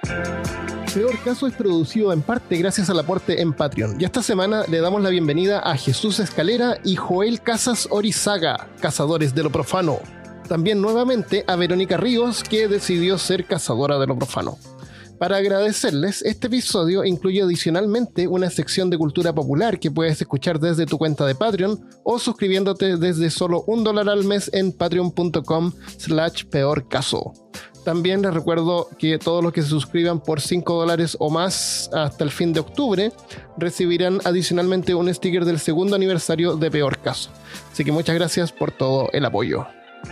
Peor Caso es producido en parte gracias al aporte en Patreon. Y esta semana le damos la bienvenida a Jesús Escalera y Joel Casas Orizaga, cazadores de lo profano. También nuevamente a Verónica Ríos, que decidió ser cazadora de lo profano. Para agradecerles, este episodio incluye adicionalmente una sección de cultura popular que puedes escuchar desde tu cuenta de Patreon o suscribiéndote desde solo $1 al mes en patreon.com/peorcaso. También les recuerdo que todos los que se suscriban por $5 o más hasta el fin de octubre recibirán adicionalmente un sticker del segundo aniversario de Peor Caso. Así que muchas gracias por todo el apoyo.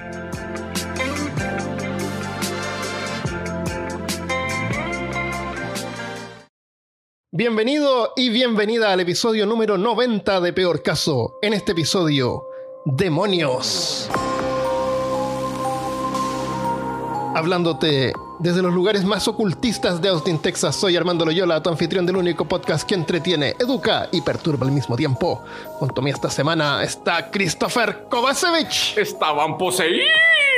Bienvenido y bienvenida al episodio número 90 de Peor Caso. En este episodio, demonios. Hablándote desde los lugares más ocultistas de Austin, Texas, soy Armando Loyola, tu anfitrión del único podcast que entretiene, educa y perturba al mismo tiempo. Junto a mí esta semana está Christopher Kovacevic. ¡Estaban poseídos!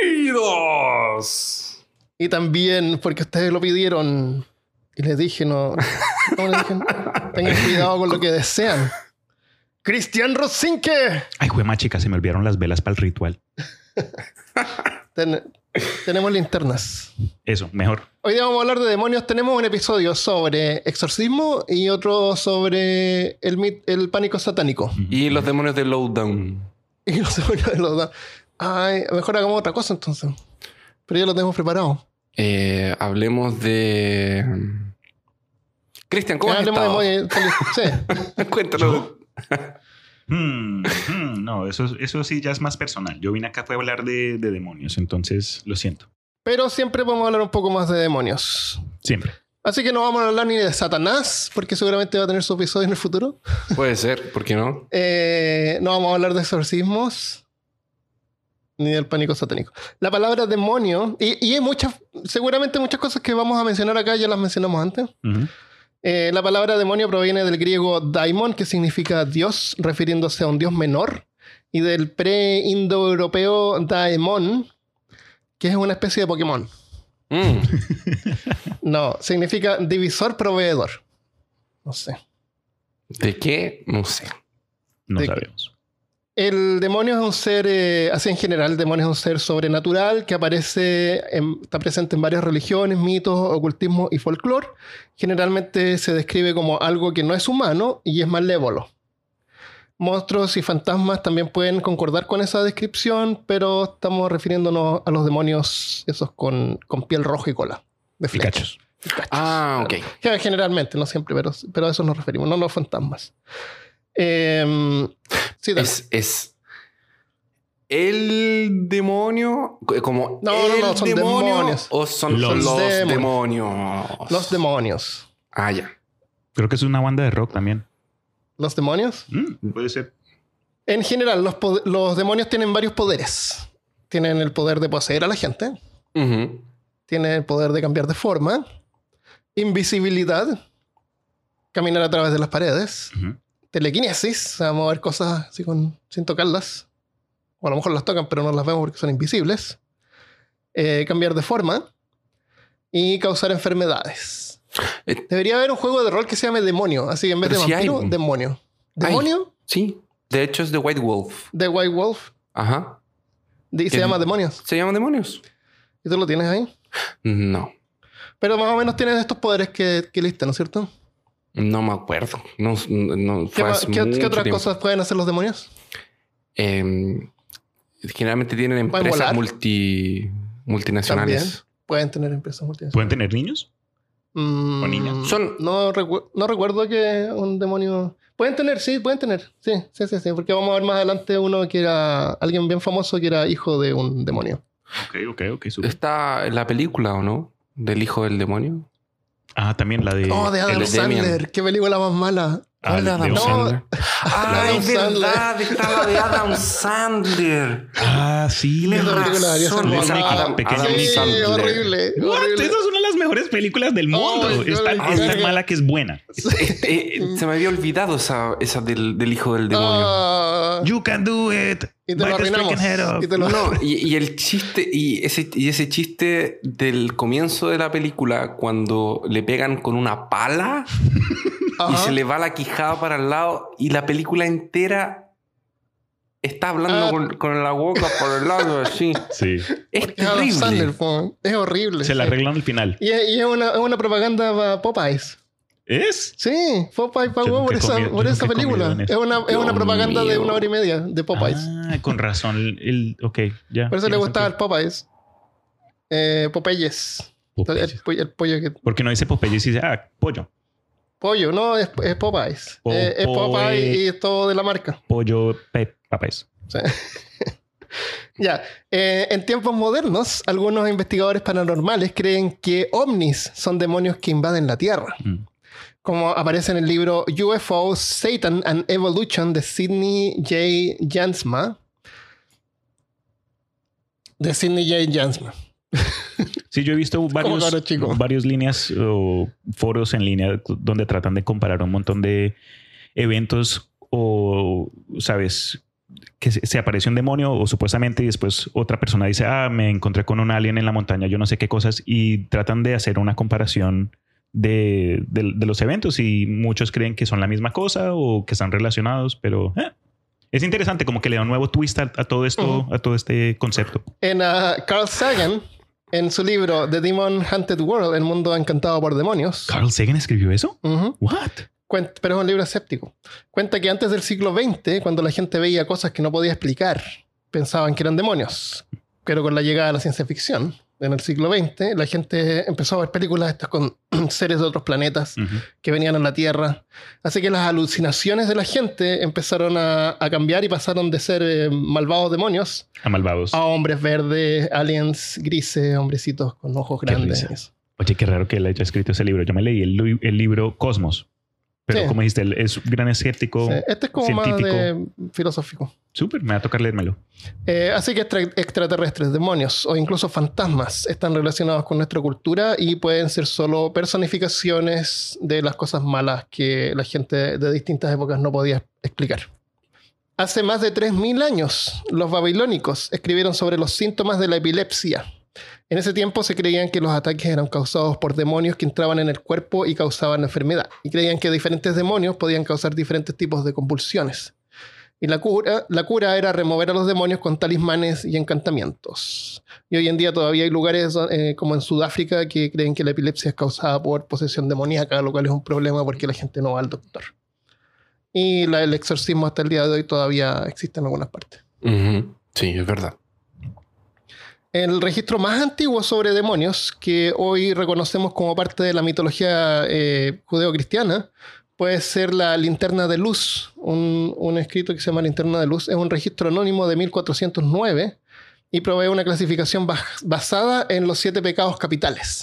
Y también, porque ustedes lo pidieron, y les dije, ¿cómo les dije? Tengan cuidado con lo que desean. Cristian Rosinke. Ay, juema chica, se me olvidaron las velas para el ritual. Tenemos linternas. Eso, mejor. Hoy día vamos a hablar de demonios. Tenemos un episodio sobre exorcismo y otro sobre el pánico satánico. Y los demonios de Lowdown. Y los demonios de Lowdown. Ay, mejor hagamos otra cosa entonces. Pero ya lo tenemos preparado. Hablemos de... Cristian, ¿cómo has estado? Hablemos de demonios. Sí. Cuéntalo. No, eso sí ya es más personal. Yo vine acá fue a hablar de demonios, entonces lo siento. Pero siempre podemos hablar un poco más de demonios. Siempre. Así que no vamos a hablar ni de Satanás, porque seguramente va a tener su episodio en el futuro. Puede ser, ¿por qué no? No vamos a hablar de exorcismos ni del pánico satánico. La palabra demonio, y hay seguramente muchas cosas que vamos a mencionar acá, ya las mencionamos antes. Uh-huh. La palabra demonio proviene del griego daimon, que significa dios, refiriéndose a un dios menor, y del pre-indoeuropeo daemon, que es una especie de Pokémon. No, significa divisor proveedor. No sé. ¿De qué? No sé. No sabemos. El demonio es un ser, así en general, el demonio es un ser sobrenatural que está presente en varias religiones, mitos, ocultismo y folclore. Generalmente se describe como algo que no es humano y es malévolo. Monstruos y fantasmas también pueden concordar con esa descripción, pero estamos refiriéndonos a los demonios esos con piel roja y cola de flechas. Picachos. Ah, ok. Generalmente, no siempre, pero a eso nos referimos, no a los fantasmas. Sí, es el demonio como no, son demonio, demonios. ¿o son los demonios? Los demonios. Ah, ya. Creo que es una banda de rock también. ¿Los demonios? Puede ser. En general, los demonios tienen varios poderes. Tienen el poder de poseer a la gente. Uh-huh. Tienen el poder de cambiar de forma. Invisibilidad. Caminar a través de las paredes. Uh-huh. Telequinesis, o sea, mover cosas así sin tocarlas. O a lo mejor las tocan, pero no las vemos porque son invisibles. Cambiar de forma. Y causar enfermedades. Debería haber un juego de rol que se llame Demonio. Así que en vez de vampiro, demonio. ¿Demonio? Sí. De hecho es The White Wolf. The White Wolf. Ajá. Y se llama Demonios. ¿Se llama Demonios? ¿Y tú lo tienes ahí? No. Pero más o menos tienes estos poderes que listan, ¿no es cierto? No me acuerdo. No, ¿Qué otras cosas pueden hacer los demonios? Generalmente tienen empresas multinacionales. También pueden tener empresas multinacionales. ¿Pueden tener niños? ¿O niñas? No recuerdo que un demonio... Pueden tener. Sí. Porque vamos a ver más adelante uno que era alguien bien famoso que era hijo de un demonio. Ok, super. ¿Está en la película o no? ¿Del hijo del demonio? Ah, también la de... de Adam Sandler. ¿Qué película más mala? ¿Cuál de Adam Sandler? Ah, es verdad. Está la de Adam Sandler. Ah, sí. Tienes razón. Horrible. Esa es una de las mejores películas del mundo. Es tan mala que es buena. Se me había olvidado esa del hijo del demonio. You can do it. Y te lo arruinamos. Y el chiste, y ese chiste del comienzo de la película, cuando le pegan con una pala y se le va la quijada para el lado, y la película entera está hablando con la boca por el lado, así. Sí. Es terrible. Es horrible. Se la arreglan al final. Y es una propaganda para Popeyes. ¿Es? Sí, Popeye pagó por esa película. Es una propaganda de 1 hora y media de Popeyes. Ah, con razón. Ok, ya. Por eso le gustaba el Popeyes. Popeyes. El pollo que... Porque no dice Popeyes y dice, pollo. Pollo, no, es Popeyes. Es Popeye y es todo de la marca. Pollo Popeyes. Sí. Ya. En tiempos modernos, algunos investigadores paranormales creen que ovnis son demonios que invaden la Tierra. Como aparece en el libro UFO, Satan and Evolution de Sidney J. Jansma. Sí, yo he visto varios líneas o foros en línea donde tratan de comparar un montón de eventos o, ¿sabes? Que se aparece un demonio o supuestamente y después otra persona dice, me encontré con un alien en la montaña, yo no sé qué cosas, y tratan de hacer una comparación de los eventos y muchos creen que son la misma cosa o que están relacionados, pero es interesante, como que le da un nuevo twist a todo esto, a todo este concepto. Carl Sagan, en su libro The Demon Hunted World, El mundo encantado por demonios. ¿Carl Sagan escribió eso? What? Pero es un libro escéptico. Cuenta que antes del siglo XX, cuando la gente veía cosas que no podía explicar, pensaban que eran demonios. Pero con la llegada de la ciencia ficción, en el siglo XX, la gente empezó a ver películas estas con seres de otros planetas que venían a la Tierra. Así que las alucinaciones de la gente empezaron a cambiar y pasaron de ser malvados demonios a hombres verdes, aliens grises, hombrecitos con ojos grandes. Oye, qué raro que él haya escrito ese libro. Yo me leí el libro Cosmos. Pero como dijiste, él es un gran escéptico. Sí. Este es como científico. Más de filosófico. Súper, me va a tocar leérmelo. Así que extraterrestres, demonios o incluso fantasmas están relacionados con nuestra cultura y pueden ser solo personificaciones de las cosas malas que la gente de distintas épocas no podía explicar. Hace más de 3000 años, los babilónicos escribieron sobre los síntomas de la epilepsia. En ese tiempo se creían que los ataques eran causados por demonios que entraban en el cuerpo y causaban enfermedad. Y creían que diferentes demonios podían causar diferentes tipos de convulsiones. Y la cura era remover a los demonios con talismanes y encantamientos. Y hoy en día todavía hay lugares como en Sudáfrica que creen que la epilepsia es causada por posesión demoníaca, lo cual es un problema porque la gente no va al doctor. Y el exorcismo hasta el día de hoy todavía existe en algunas partes. Sí, es verdad. El registro más antiguo sobre demonios, que hoy reconocemos como parte de la mitología judeocristiana, puede ser la Linterna de Luz. Un escrito que se llama Linterna de Luz. Es un registro anónimo de 1409 y provee una clasificación basada en los 7 pecados capitales.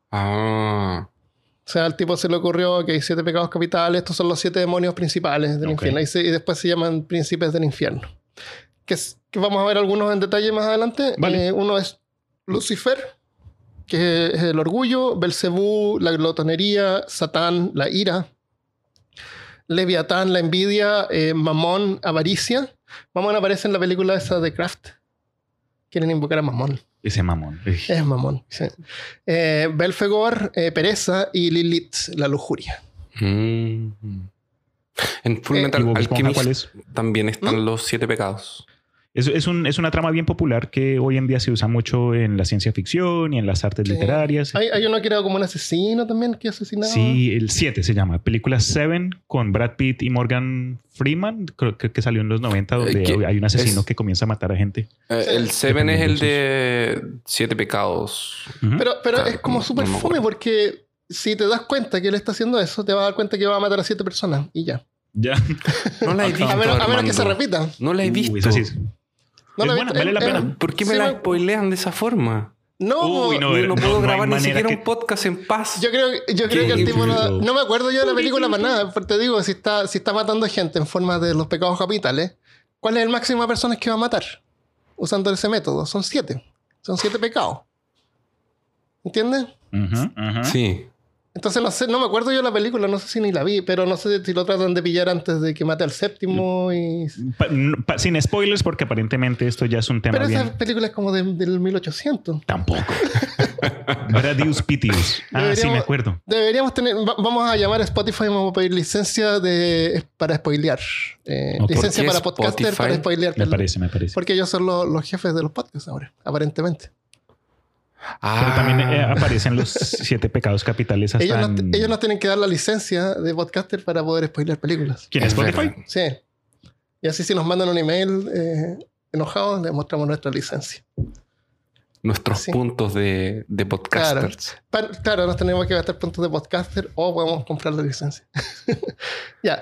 O sea, al tipo se le ocurrió que hay 7 pecados capitales. Estos son los 7 demonios principales del infierno. Y después se llaman príncipes del infierno. Que vamos a ver algunos en detalle más adelante. Vale. Uno es Lucifer, que es el orgullo, Belcebú, la glotonería, Satán, la ira, Leviatán, la envidia, Mamón, avaricia. Mamón aparece en la película esa de Kraft. Quieren invocar a Mamón. Ese Mamón. Es Mamón, sí. Belfegor, pereza, y Lilith, la lujuria. En Fullmetal Alchemist también están los 7 pecados. Es una trama bien popular que hoy en día se usa mucho en la ciencia ficción y en las artes literarias. Hay uno que era como un asesino también que asesinaba. Sí, el 7 se llama. Película 7 con Brad Pitt y Morgan Freeman. Creo que salió en los 90 donde hay un asesino que comienza a matar a gente. El 7 es el de 7 pecados. Pero es como súper fome porque si te das cuenta que él está haciendo eso, te vas a dar cuenta que va a matar a 7 personas y ya. No la he visto. A menos que se repita. No la he visto. Es así. Vale la pena. ¿Por qué me la spoilean de esa forma? No puedo grabar ni siquiera un podcast en paz. Yo creo que el tipo no me acuerdo yo de la película para nada. Pero te digo, si está matando gente en forma de los pecados capitales, ¿cuál es el máximo de personas que va a matar? Usando ese método. Son 7. Son 7 pecados. ¿Entiendes? Sí. Entonces no me acuerdo yo de la película, no sé si ni la vi, pero no sé si lo tratan de pillar antes de que mate al séptimo y... Sin spoilers, porque aparentemente esto ya es un tema. Pero esa película es como del 1800. Tampoco. Gradius Pitius. Sí, me acuerdo. Deberíamos tener... Vamos a llamar a Spotify y vamos a pedir licencia para spoilear. Licencia para podcaster para spoilear. Me parece. Porque ellos son los jefes de los podcasts ahora, aparentemente. Pero también aparecen los 7 pecados capitales. Ellos nos tienen que dar la licencia de podcaster para poder spoilear películas. ¿Quién es Spotify? Sí. Y así si nos mandan un email enojados, les mostramos nuestra licencia. Nuestros puntos de podcasters. Claro, nos tenemos que gastar puntos de podcaster o podemos comprar la licencia. Ya.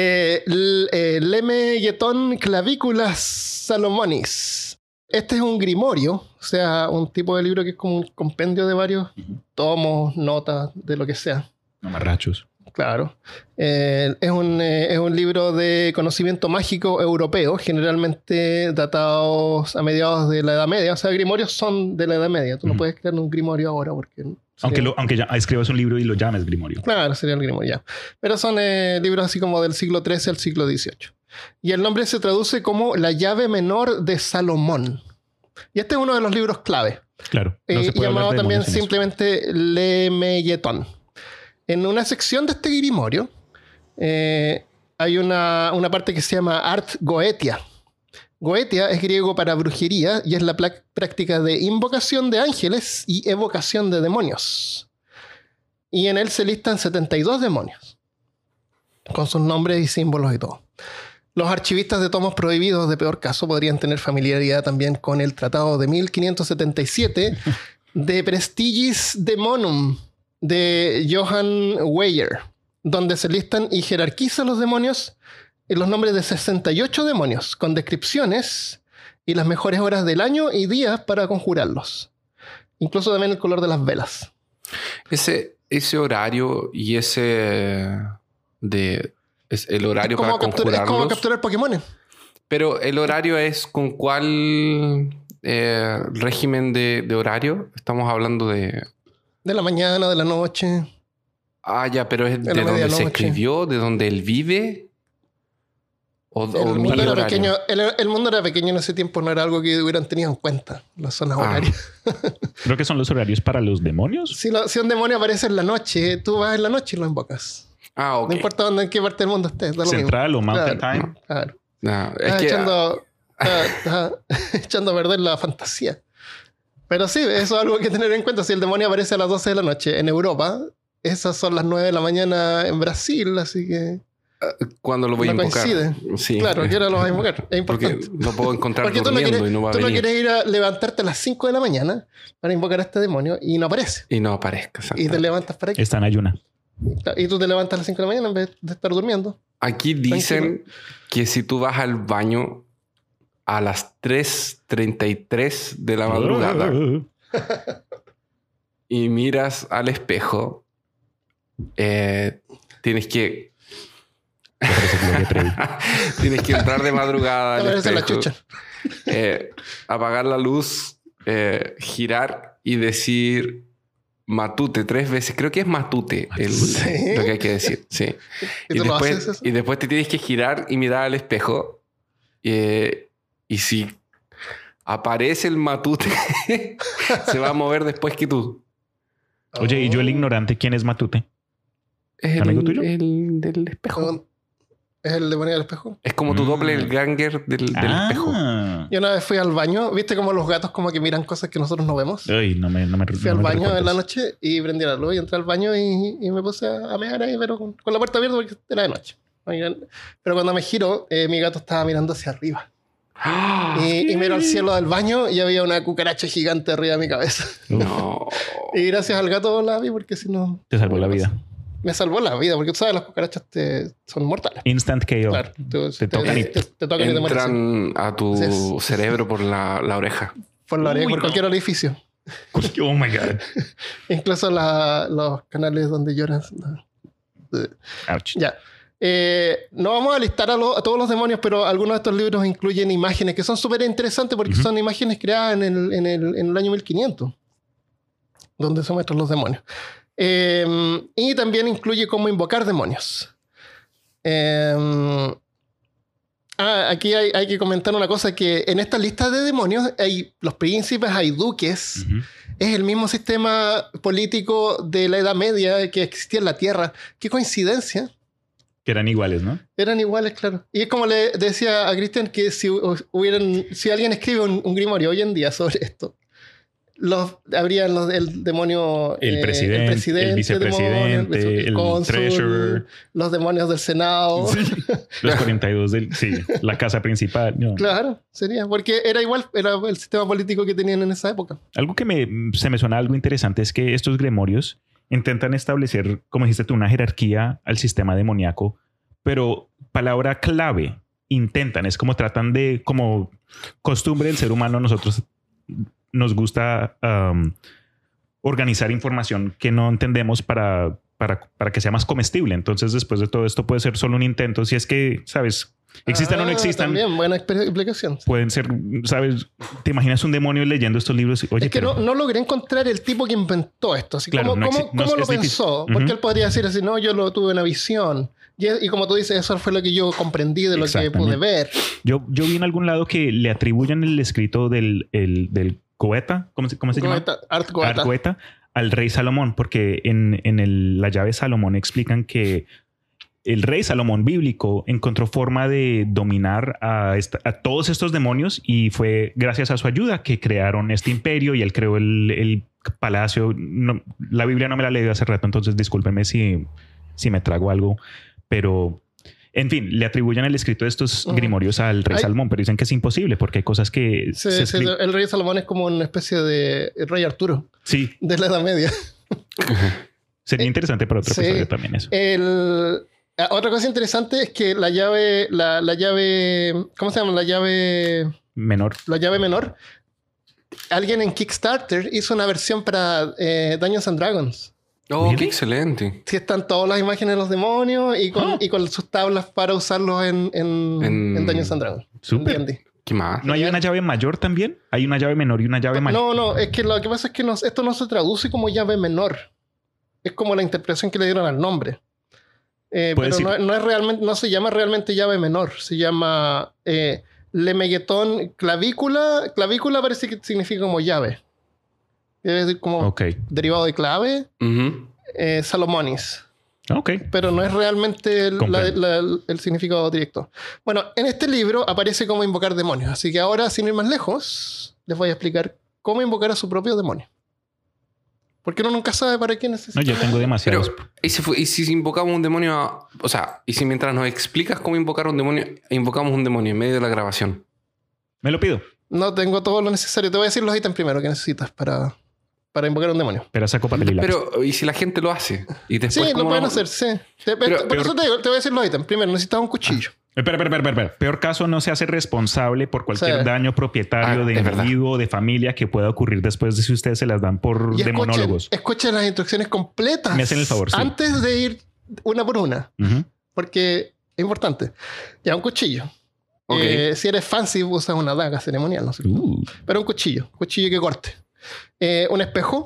Leme Yetón Clavículas Salomonis. Este es un grimorio, o sea, un tipo de libro que es como un compendio de varios tomos, notas, de lo que sea. Amarrachos. Claro. Es un libro de conocimiento mágico europeo, generalmente datados a mediados de la Edad Media. O sea, grimorios son de la Edad Media. Tú no puedes crear un grimorio ahora porque... Aunque ya escribas un libro y lo llames grimorio. Claro, sería el grimorio ya. Pero son libros así como del siglo XIII al siglo XVIII. Y el nombre se traduce como La llave menor de Salomón. Y este es uno de los libros clave. Claro. No se puede llamado también simplemente Leme Yetón. En una sección de este grimorio hay una parte que se llama Art Goetia. Goetia es griego para brujería y es la práctica de invocación de ángeles y evocación de demonios. Y en él se listan 72 demonios, con sus nombres y símbolos y todo. Los archivistas de tomos prohibidos de peor caso podrían tener familiaridad también con el tratado de 1577 de Prestigis Demonum de Johann Weyer, donde se listan y jerarquizan los demonios en los nombres de 68 demonios, con descripciones y las mejores horas del año y días para conjurarlos. Incluso también el color de las velas. Ese horario y es el horario para conjurarlos. Es como capturar Pokémon. Pero el horario es con cuál régimen de horario. Estamos hablando de la mañana, de la noche. Ya, pero es de donde se escribió, de donde él vive. El mundo era pequeño en ese tiempo, no era algo que hubieran tenido en cuenta las zonas horarias. Creo que son los horarios para los demonios. Si un demonio aparece en la noche, tú vas en la noche y lo invocas. Okay. No importa en qué parte del mundo estés. Central o Mountain Time. Claro. Echando a perder la fantasía. Pero sí, eso es algo que tener en cuenta. Si el demonio aparece a las 12 de la noche en Europa, esas son las 9 de la mañana en Brasil, así que... ¿Cuándo lo voy a invocar? Coincide. Sí. Claro, ¿qué hora lo vas a invocar? Es importante. Porque lo puedo encontrar durmiendo y no va a venir. Tú no quieres ir a levantarte a las 5 de la mañana para invocar a este demonio y no aparece. Y no aparezca. Y te levantas para aquí. Está en ayuna. Y tú te levantas a las 5 de la mañana en vez de estar durmiendo. Aquí dicen que si tú vas al baño a las 3:33 de la madrugada y miras al espejo, tienes que entrar de madrugada al espejo, la chucha. apagar la luz, girar y decir Matute 3 veces. Creo que es Matute lo que hay que decir. Sí. Y después te tienes que girar y mirar al espejo. Y si aparece el Matute, se va a mover después que tú. Oye, y yo el ignorante, ¿quién es Matute? ¿Es amigo tuyo? El del espejo. ¿Es el demonio del espejo? Es como tu doppelganger del espejo. Yo una vez fui al baño. ¿Viste como los gatos como que miran cosas que nosotros no vemos? Ay, fui al baño en la noche y prendí la luz y entré al baño y me puse a mear ahí, pero con la puerta abierta porque era de noche. Pero cuando me giro, mi gato estaba mirando hacia arriba. Y miro al cielo del baño y había una cucaracha gigante arriba de mi cabeza. No. Y gracias al gato la vi porque si no... Te salvó la vida. Me salvó la vida, porque tú sabes, las cucarachas son mortales. Instant KO. Claro, te tocan y te entran a tu cerebro por la oreja. Por la oreja, por cualquier orificio. Oh my God. Incluso los canales donde lloran. Ouch. Ya. No vamos a listar a todos los demonios, pero algunos de estos libros incluyen imágenes que son súper interesantes porque son imágenes creadas en el año 1500, donde se muestran los demonios. Y también incluye cómo invocar demonios. Aquí hay que comentar una cosa, que en esta lista de demonios hay los príncipes, hay duques. Es el mismo sistema político de la Edad Media que existía en la Tierra. Qué coincidencia. Que eran iguales, ¿no? Eran iguales, claro. Y es como le decía a Cristian, que si alguien escribe un grimorio hoy en día sobre esto, habrían el demonio... El presidente, el vicepresidente, el cónsul, treasurer. Los demonios del Senado. Sí. Los 42 la casa principal. No. Claro, sería. Porque era el sistema político que tenían en esa época. Algo que se me suena algo interesante es que estos grimorios intentan establecer, como dijiste tú, una jerarquía al sistema demoníaco, pero palabra clave, intentan, es como tratan de, como costumbre del ser humano, nosotros nos gusta organizar información que no entendemos para que sea más comestible. Entonces, después de todo esto puede ser solo un intento. Si es que, ¿sabes? Existan o no existan. También, buena explicación. Pueden ser, ¿sabes? ¿Te imaginas un demonio leyendo estos libros? Oye, es que no logré encontrar el tipo que inventó esto. Así, claro, ¿cómo lo pensó? Porque él podría decir así, no, yo tuve una visión. Y como tú dices, eso fue lo que yo comprendí de lo que pude ver. Yo vi en algún lado que le atribuyen el escrito del Goethe, ¿cómo se llama? Art Goethe. Al rey Salomón, porque en la llave Salomón explican que el rey Salomón bíblico encontró forma de dominar a todos estos demonios, y fue gracias a su ayuda que crearon este imperio, y él creó el palacio. La Biblia no me la leí hace rato, entonces discúlpenme si me trago algo, pero en fin, le atribuyen el escrito de estos grimorios al rey Salomón, pero dicen que es imposible porque hay cosas que... Sí, el rey Salomón es como una especie de rey Arturo. Sí. De la Edad Media. Sería interesante para otro episodio también eso. Otra cosa interesante es que la llave... ¿Cómo se llama? La llave... Menor. La llave menor. Alguien en Kickstarter hizo una versión para Dungeons and Dragons. Oh, ¿really? ¡Qué excelente! Sí, están todas las imágenes de los demonios y con sus tablas para usarlos en Dungeons and Dragons. Súper. ¿Qué más? ¿No hay una llave mayor también? ¿Hay una llave menor y una llave mayor? No. Es que lo que pasa es que esto no se traduce como llave menor. Es como la interpretación que le dieron al nombre. Pero no es realmente, no se llama realmente llave menor. Se llama Lemeguetón clavícula. Clavícula parece que significa como llave. Es decir, como derivado de clave. Salomonis. Pero no es realmente el significado directo. Bueno, en este libro aparece cómo invocar demonios. Así que ahora, sin ir más lejos, les voy a explicar cómo invocar a su propio demonio. Porque uno nunca sabe para qué necesita. No, yo tengo demasiados. Pero, ¿y si invocamos un demonio? O sea, ¿y si mientras nos explicas cómo invocar un demonio, invocamos un demonio en medio de la grabación? Me lo pido. No tengo todo lo necesario. Te voy a decir los ítems primero que necesitas para invocar un demonio. Pero saco papel y lápiz. Pero, ¿y si la gente lo hace? Y después, sí, lo pueden hacer, sí. Por eso te voy a decir los ítems. Primero, necesitas un cuchillo. Espera. Peor caso, no se hace responsable por cualquier daño propietario de individuo o de familia que pueda ocurrir después de si ustedes se las dan por demonólogos. Escuchen las instrucciones completas. Me hacen el favor, sí. Antes de ir una por una. Porque es importante. Ya, un cuchillo. Si eres fancy, usas una daga ceremonial, no sé. Pero un cuchillo que corte. Un espejo,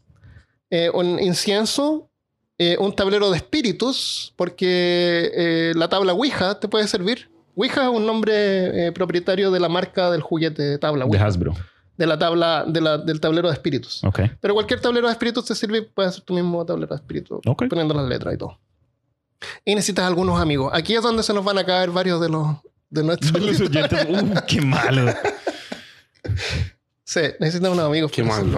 un incienso, un tablero de espíritus, porque la tabla Ouija te puede servir. Ouija es un nombre propietario de la marca del juguete de tabla Ouija. De Hasbro. De la tabla, del tablero de espíritus. Pero cualquier tablero de espíritus te sirve, puedes hacer tu mismo tablero de espíritus, poniendo las letras y todo. Y necesitas algunos amigos. Aquí es donde se nos van a caer varios de nuestros oyentes. ¡Qué malo! Sí, necesitan unos amigos. Qué mal,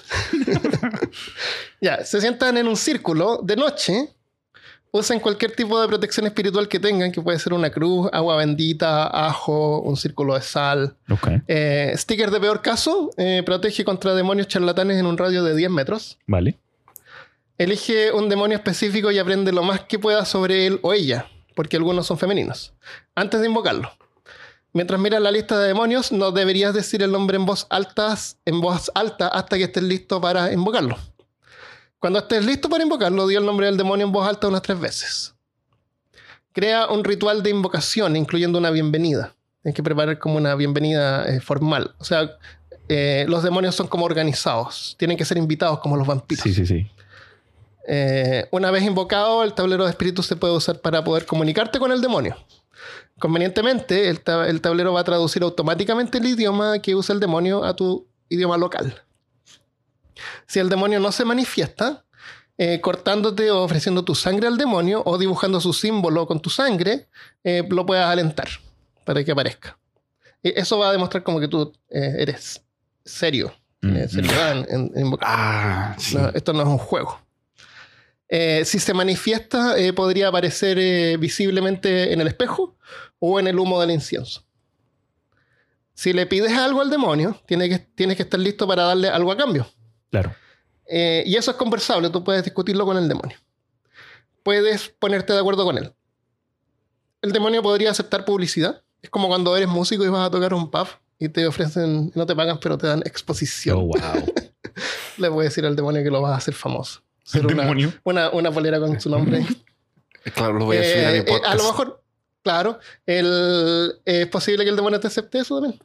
Ya, se sientan en un círculo de noche. Usen cualquier tipo de protección espiritual que tengan, que puede ser una cruz, agua bendita, ajo, un círculo de sal. Sticker de peor caso. Protege contra demonios charlatanes en un radio de 10 metros. Vale. Elige un demonio específico y aprende lo más que pueda sobre él o ella, porque algunos son femeninos, antes de invocarlo. Mientras miras la lista de demonios, no deberías decir el nombre en voz alta hasta que estés listo para invocarlo. Cuando estés listo para invocarlo, di el nombre del demonio en voz alta unas 3 veces. Crea un ritual de invocación, incluyendo una bienvenida. Tienes que preparar como una bienvenida formal. O sea, los demonios son como organizados. Tienen que ser invitados como los vampiros. Sí. Una vez invocado, el tablero de espíritus se puede usar para poder comunicarte con el demonio. Convenientemente, el tablero va a traducir automáticamente el idioma que usa el demonio a tu idioma local. Si el demonio no se manifiesta, cortándote o ofreciendo tu sangre al demonio o dibujando su símbolo con tu sangre, lo puedes alentar para que aparezca. Eso va a demostrar como que tú eres serio. Seriedad en invocar. Sí. No, esto no es un juego. Si se manifiesta, podría aparecer visiblemente en el espejo o en el humo del incienso. Si le pides algo al demonio, tienes que estar listo para darle algo a cambio. Claro. Y eso es conversable, tú puedes discutirlo con el demonio. Puedes ponerte de acuerdo con él. El demonio podría aceptar publicidad. Es como cuando eres músico y vas a tocar un pub y te ofrecen, no te pagan, pero te dan exposición. Oh, wow. Le puedes decir al demonio que lo vas a hacer famoso. ¿El demonio? Una polera con su nombre. Claro, lo voy a subir a mi podcast. A lo mejor, claro, es posible que el demonio te acepte eso también.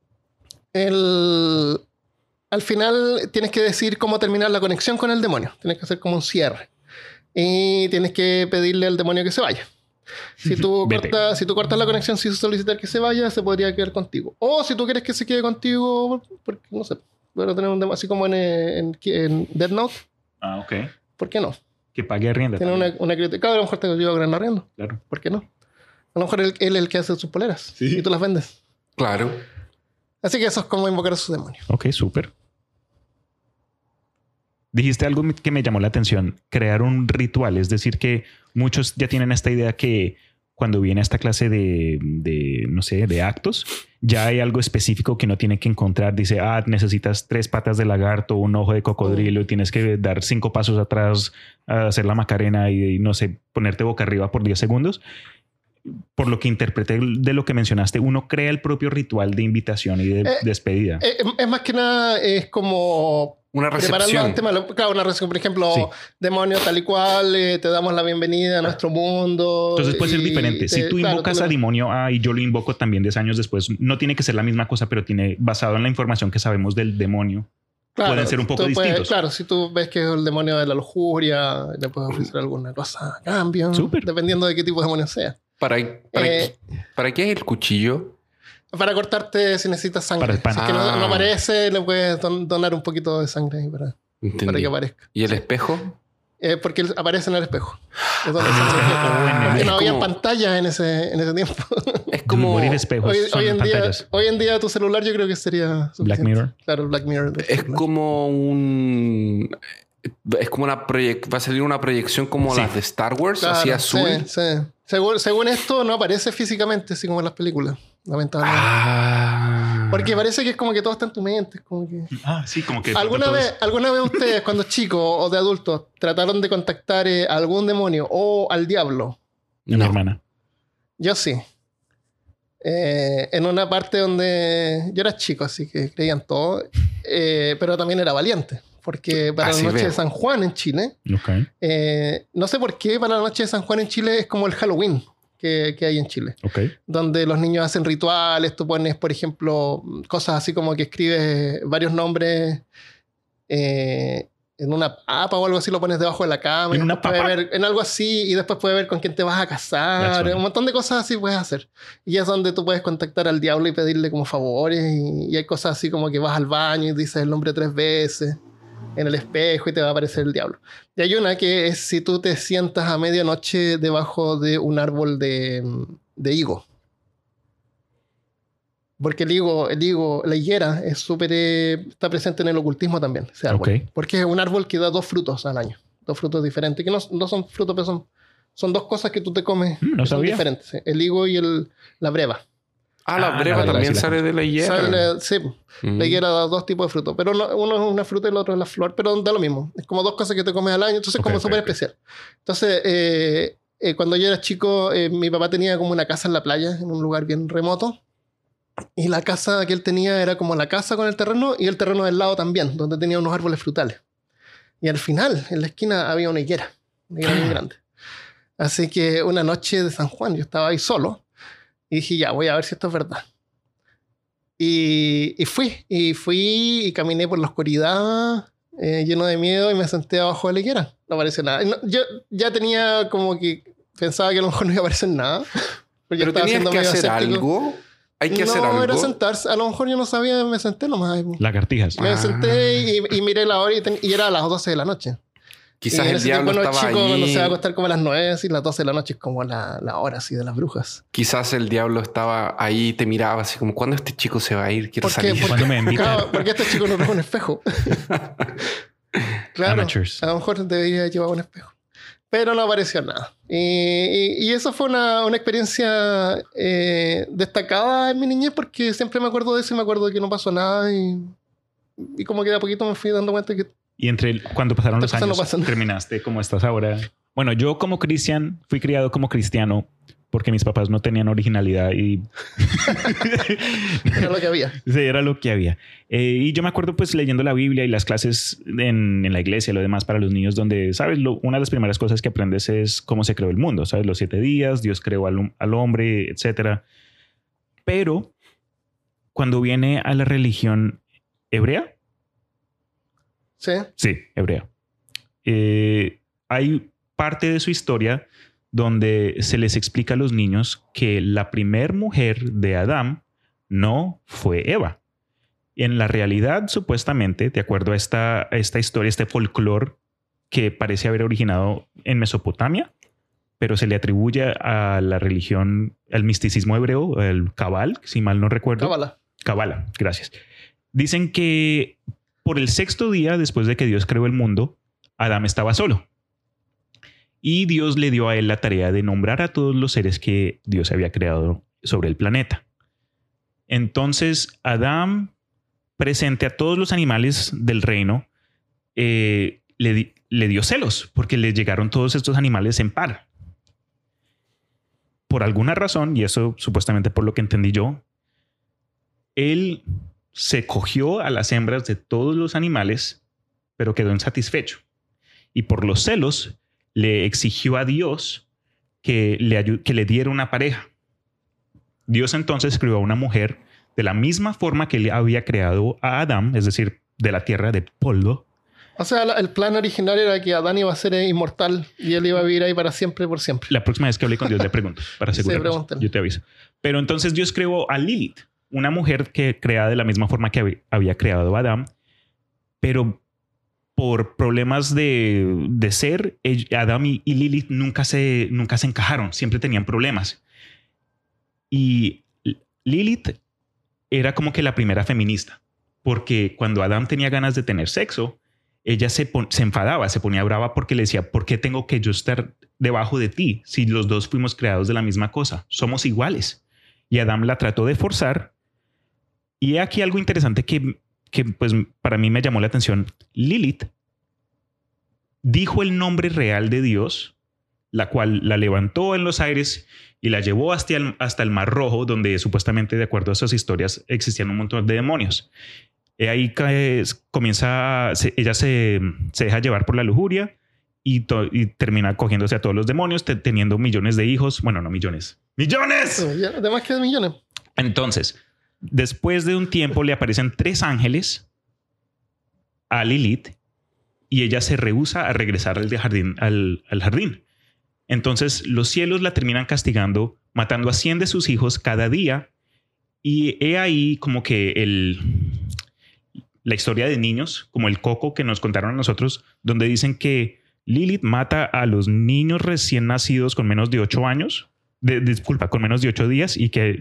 Al final tienes que decir cómo terminar la conexión con el demonio. Tienes que hacer como un cierre. Y tienes que pedirle al demonio que se vaya. Si tú cortas la conexión sin solicitar que se vaya, se podría quedar contigo. O si tú quieres que se quede contigo, porque, no sé, puedo tener un demonio así como en Death Note. Ah, ok. ¿Por qué no? Que pague arriendo. Tiene una crítica. Claro, a lo mejor te lleva a gran arriendo. Claro. ¿Por qué no? A lo mejor él es el que hace sus poleras. Sí. Y tú las vendes. Claro. Así que eso es como invocar a sus demonios. Ok, súper. Dijiste algo que me llamó la atención. Crear un ritual. Es decir, que muchos ya tienen esta idea que cuando viene esta clase no sé, de actos, ya hay algo específico que no tiene que encontrar. Dice, necesitas 3 patas de lagarto, un ojo de cocodrilo y tienes que dar 5 pasos atrás a hacer la Macarena y no sé, ponerte boca arriba por 10 segundos. Por lo que interpreté de lo que mencionaste, uno crea el propio ritual de invitación y de despedida. Es más que nada, es como una recepción. Claro, una recepción. Por ejemplo, sí. Demonio tal y cual, te damos la bienvenida a nuestro mundo. Entonces puede ser diferente. Si tú invocas a demonio y yo lo invoco también 10 años después, no tiene que ser la misma cosa, pero tiene basado en la información que sabemos del demonio. Claro, pueden ser un poco distintos. Claro, si tú ves que es el demonio de la lujuria, le puedes ofrecer alguna cosa a cambio. Súper. Dependiendo de qué tipo de demonio sea. ¿Para qué es el cuchillo? Para cortarte si necesitas sangre. Si es que no aparece, le puedes donar un poquito de sangre para que aparezca. ¿Y el espejo? Porque aparece en el espejo. Es donde porque no había pantallas en ese tiempo. Es como morir espejos. Hoy en día tu celular yo creo que sería suficiente. Black Mirror. Claro, Black Mirror. Es como va a salir una proyección como las de Star Wars, claro, así azul. Sí. Según esto, no aparece físicamente, así como en las películas, lamentablemente. Porque parece que es como que todo está en tu mente. Es como que... sí, como que... ¿Alguna vez ustedes, cuando chicos o de adultos, trataron de contactar a algún demonio o al diablo? No. Mi hermana. Yo sí. En una parte donde yo era chico, así que creían todo, pero también era valiente. Porque para la noche de San Juan en Chile, no sé por qué para la noche de San Juan en Chile es como el Halloween que hay en Chile. Donde los niños hacen rituales, tú pones, por ejemplo, cosas así como que escribes varios nombres en una papa o algo así, lo pones debajo de la cama. ¿En una papa? En algo así, y después puedes ver con quién te vas a casar. Un montón de cosas así puedes hacer. Y es donde tú puedes contactar al diablo y pedirle como favores. Y hay cosas así como que vas al baño y dices el nombre 3 veces en el espejo y te va a aparecer el diablo. Y hay una que es si tú te sientas a medianoche debajo de un árbol de higo. Porque el higo, la higuera, es está presente en el ocultismo también, ese árbol. Porque es un árbol que da 2 frutos al año. 2 frutos diferentes, que no son frutos, pero son 2 cosas que tú te comes no son diferentes. ¿Sí? El higo y la breva. La breva también sale de la higuera. Sí, la higuera da 2 tipos de frutos. Pero uno es una fruta y el otro es la flor. Pero da lo mismo. Es como 2 cosas que te comes al año. Entonces es como súper especial. Entonces, cuando yo era chico, mi papá tenía como una casa en la playa, en un lugar bien remoto. Y la casa que él tenía era como la casa con el terreno y el terreno del lado también, donde tenía unos árboles frutales. Y al final, en la esquina, había una higuera muy grande. Así que una noche de San Juan, yo estaba ahí solo. Y dije, ya, voy a ver si esto es verdad. Y fui y caminé por la oscuridad lleno de miedo, y me senté abajo de la higuera. No apareció nada. No, yo ya tenía como que pensaba que a lo mejor no iba a aparecer nada. Pero tenías que hacer algo. Hay que hacer algo. No, era sentarse. A lo mejor yo no sabía, me senté nomás. Lagartijas. Me senté y miré la hora y era a las 12 de la noche. Quizás el diablo estaba chico, allí. Cuando se va a acostar como a las 9, y las 12 de la noche es como la hora así de las brujas. Quizás el diablo estaba ahí y te miraba así como, ¿cuándo este chico se va a ir? Quiero salir. ¿Cuándo me invitan? Claro, porque este chico no trajo un espejo. Claro, Amateurs. a lo mejor debería llevar un espejo. Pero no apareció nada. Y eso fue una experiencia destacada en mi niñez, porque siempre me acuerdo de eso y me acuerdo de que no pasó nada. Y como que de a poquito me fui dando cuenta que... Y cuando pasaron los años, terminaste como estás ahora. Bueno, yo como cristiano, fui criado como cristiano porque mis papás no tenían originalidad y... Era lo que había. Sí, era lo que había. Y yo me acuerdo pues leyendo la Biblia y las clases en la iglesia y lo demás para los niños donde, ¿sabes? Una de las primeras cosas que aprendes es cómo se creó el mundo, ¿sabes? Los 7 días, Dios creó al hombre, etc. Pero cuando viene a la religión hebrea... ¿Sí? Sí, hebrea. Hay parte de su historia donde se les explica a los niños que la primer mujer de Adán no fue Eva. En la realidad, supuestamente, de acuerdo a esta historia, este folclore que parece haber originado en Mesopotamia, pero se le atribuye a la religión, al misticismo hebreo, el Cabal, si mal no recuerdo. Cabala, gracias. Dicen que por el 6º día, después de que Dios creó el mundo, Adán estaba solo. Y Dios le dio a él la tarea de nombrar a todos los seres que Dios había creado sobre el planeta. Entonces, Adán, presente a todos los animales del reino, le dio celos porque le llegaron todos estos animales en par. Por alguna razón, y eso supuestamente por lo que entendí yo, él se cogió a las hembras de todos los animales, pero quedó insatisfecho. Y por los celos, le exigió a Dios que le diera una pareja. Dios entonces creó a una mujer de la misma forma que le había creado a Adán, es decir, de la tierra de polvo. O sea, el plan original era que Adán iba a ser inmortal y él iba a vivir ahí para siempre, por siempre. La próxima vez que hable con Dios le pregunto, para asegurarnos. Sí, yo te aviso. Pero entonces Dios creó a Lilith, una mujer que creada de la misma forma que había creado a Adán, pero por problemas de ser, Adán y Lilith nunca se encajaron, siempre tenían problemas. Y Lilith era como que la primera feminista, porque cuando Adán tenía ganas de tener sexo, ella se enfadaba, se ponía brava porque le decía, ¿por qué tengo que yo estar debajo de ti si los dos fuimos creados de la misma cosa? Somos iguales. Y Adán la trató de forzar. Y aquí algo interesante que pues para mí me llamó la atención. Lilith dijo el nombre real de Dios, la cual la levantó en los aires y la llevó hasta el Mar Rojo, donde supuestamente, de acuerdo a esas historias, existían un montón de demonios. Y ahí ella se deja llevar por la lujuria y termina cogiéndose a todos los demonios, teniendo millones de hijos. Bueno, no millones. ¡Millones! Además que millones. Entonces, después de un tiempo le aparecen 3 ángeles a Lilith y ella se rehúsa a regresar al jardín. Entonces los cielos la terminan castigando, matando a 100 de sus hijos cada día. Y he ahí como que la historia de niños, como el Coco que nos contaron a nosotros, donde dicen que Lilith mata a los niños recién nacidos con menos de 8 años, con menos de 8 días y que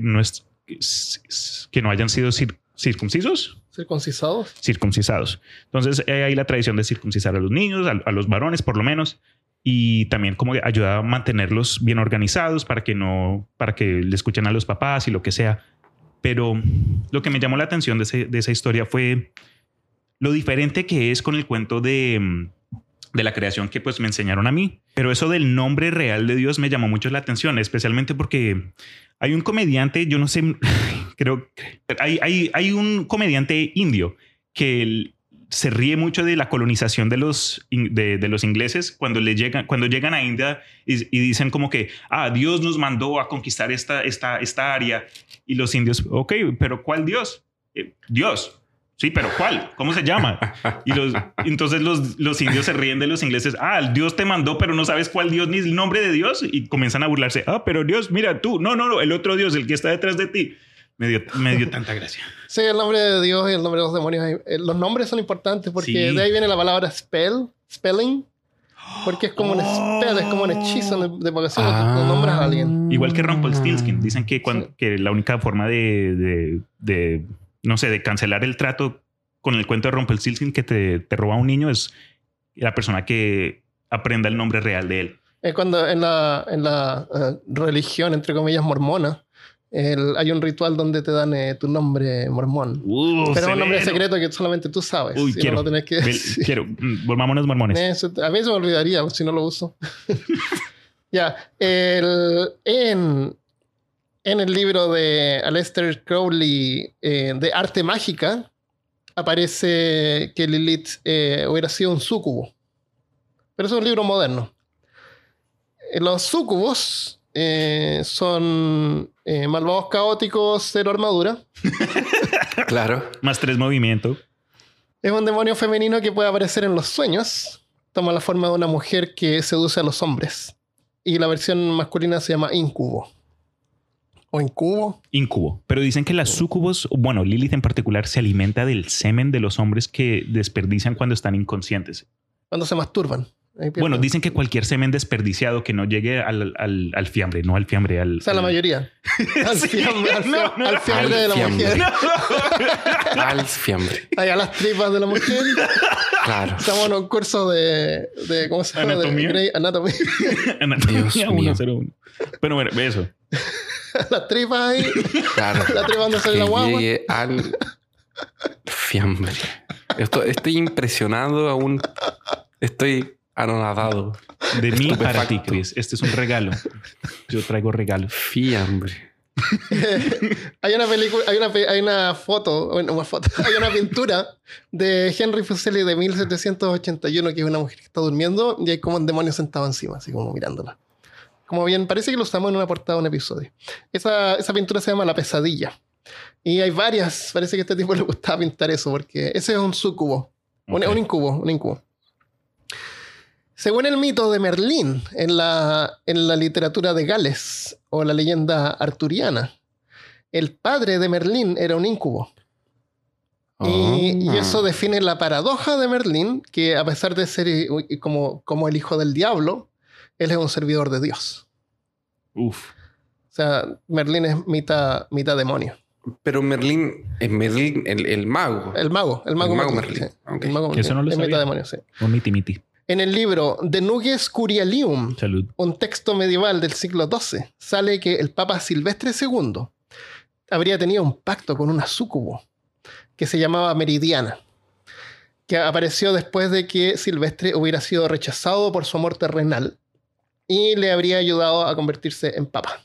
no hayan sido circuncisos. Circuncisados. Entonces hay ahí la tradición de circuncisar a los niños, a los varones por lo menos, y también como ayuda a mantenerlos bien organizados para que le escuchen a los papás y lo que sea. Pero lo que me llamó la atención de esa historia fue lo diferente que es con el cuento de la creación que pues me enseñaron a mí. Pero eso del nombre real de Dios me llamó mucho la atención, especialmente porque hay un comediante, yo no sé, creo que hay un comediante indio que se ríe mucho de la colonización de los ingleses cuando llegan a India y dicen como que Dios nos mandó a conquistar esta área, y los indios, ok, pero ¿cuál Dios? Dios. Sí, pero ¿cuál? ¿Cómo se llama? Y entonces los indios se ríen de los ingleses. Ah, Dios te mandó, pero no sabes cuál Dios ni el nombre de Dios. Y comienzan a burlarse. Ah, pero Dios, mira tú. No, el otro Dios, el que está detrás de ti. Me dio tanta gracia. Sí, el nombre de Dios y el nombre de los demonios. Los nombres son importantes porque de ahí viene la palabra spelling. Porque es como un spell, es como un hechizo de evocación. Tú nombras a alguien. Igual que Rumpelstiltskin. Dicen que, que la única forma de cancelar el trato con el cuento de Rumpelstiltskin que te roba un niño es la persona que aprenda el nombre real de él. Cuando en la religión, entre comillas, mormona, hay un ritual donde te dan tu nombre mormón. Pero es un nombre secreto que solamente tú sabes. Uy, si quiero. No lo tenés que decir. Quiero. Volvámonos mormones. A mí se me olvidaría si no lo uso. Ya. En el libro de Aleister Crowley de Arte Mágica aparece que Lilith hubiera sido un súcubo. Pero es un libro moderno. Los súcubos son malvados caóticos, 0 armadura. Claro. Más 3 movimientos. Es un demonio femenino que puede aparecer en los sueños. Toma la forma de una mujer que seduce a los hombres. Y la versión masculina se llama incubo. ¿O incubo? Incubo. Pero dicen que las súcubos, bueno, Lilith en particular, se alimenta del semen de los hombres que desperdician cuando están inconscientes. Cuando se masturban. Bueno, dicen que cualquier semen desperdiciado que no llegue al fiambre, no al fiambre, o sea, la mayoría. Al fiambre, al fiambre de la mujer. Al fiambre. Ahí a las tripas de la mujer. Claro. Estamos en un curso de ¿cómo se llama? Anatomía. Anatomía. Anatomía 101. Pero bueno, eso. Las tripas ahí. Claro. La tripa donde sale la guagua. Llegue al fiambre. Estoy impresionado aún. Estoy anonadado. De mí para ti, Chris. Este es un regalo. Yo traigo regalo. Fiambre. Hay una película, hay una foto, hay una pintura de Henry Fuseli de 1781 que es una mujer que está durmiendo y hay como un demonio sentado encima, así como mirándola. Como bien, parece que lo usamos en una portada de un episodio. Esa pintura se llama La Pesadilla. Y hay varias, parece que a este tipo le gustaba pintar eso porque ese es un súcubo, okay. un incubo. Según el mito de Merlín en la literatura de Gales o la leyenda arturiana, el padre de Merlín era un incubo. Y eso define la paradoja de Merlín, que a pesar de ser como el hijo del diablo, él es un servidor de Dios. Uf. O sea, Merlín es mitad demonio. Pero Merlín es Merlín, el mago. El mago Merlín. Sí. Okay. El mago Merlín. Eso no lo sabía. Es mitad demonio, sí. Un miti. En el libro De Nuges Curialium, Salud. un texto medieval del siglo XII, sale que el Papa Silvestre II habría tenido un pacto con una súcubo que se llamaba Meridiana, que apareció después de que Silvestre hubiera sido rechazado por su amor terrenal y le habría ayudado a convertirse en Papa.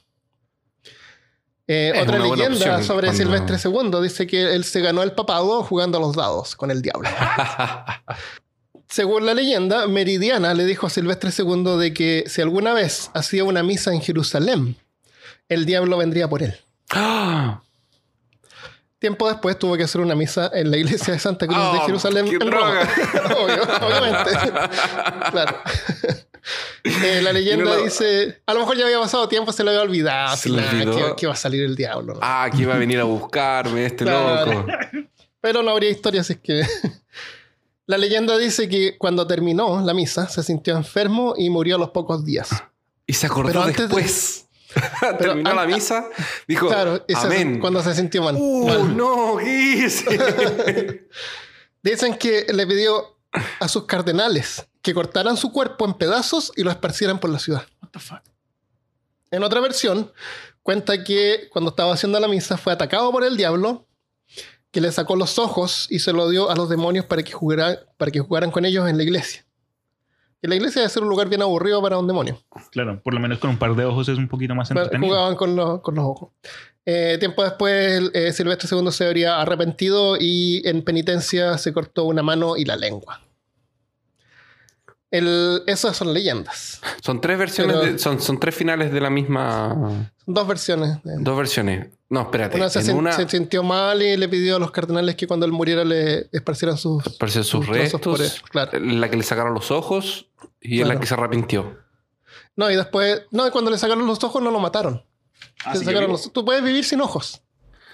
Otra leyenda sobre Silvestre II dice que él se ganó el papado jugando a los dados con el diablo. Según la leyenda, Meridiana le dijo a Silvestre II de que si alguna vez hacía una misa en Jerusalén, el diablo vendría por él. Tiempo después tuvo que hacer una misa en la iglesia de Santa Cruz de Jerusalén en Roma. Obviamente. Claro. La leyenda dice, a lo mejor ya había pasado tiempo, se lo había olvidado. Se le olvidó. Que iba a salir el diablo, ¿no? Que iba a venir a buscarme loco. Pero no habría historia, así que... La leyenda dice que cuando terminó la misa se sintió enfermo y murió a los pocos días. Y se acordó después. Terminó la misa, dijo, claro, amén. Cuando se sintió mal. No, ¿qué hice? Dicen que le pidió a sus cardenales que cortaran su cuerpo en pedazos y lo esparcieran por la ciudad. What the fuck? En otra versión, cuenta que cuando estaba haciendo la misa fue atacado por el diablo, que le sacó los ojos y se lo dio a los demonios para que jugaran con ellos en la iglesia. Y la iglesia debe ser un lugar bien aburrido para un demonio. Claro, por lo menos con un par de ojos es un poquito más entretenido. Jugaban con los ojos. Tiempo después, Silvestre II se habría arrepentido y en penitencia se cortó una mano y la lengua. Esas son leyendas. Son 3 versiones, son 3 finales de la misma... Son 2 versiones. 2 versiones. No, espérate. Se sintió mal y le pidió a los cardenales que cuando él muriera le esparcieran sus restos. Claro. La que le sacaron los ojos y la que se arrepintió. No, y después... No, y cuando le sacaron los ojos no lo mataron. Tú puedes vivir sin ojos.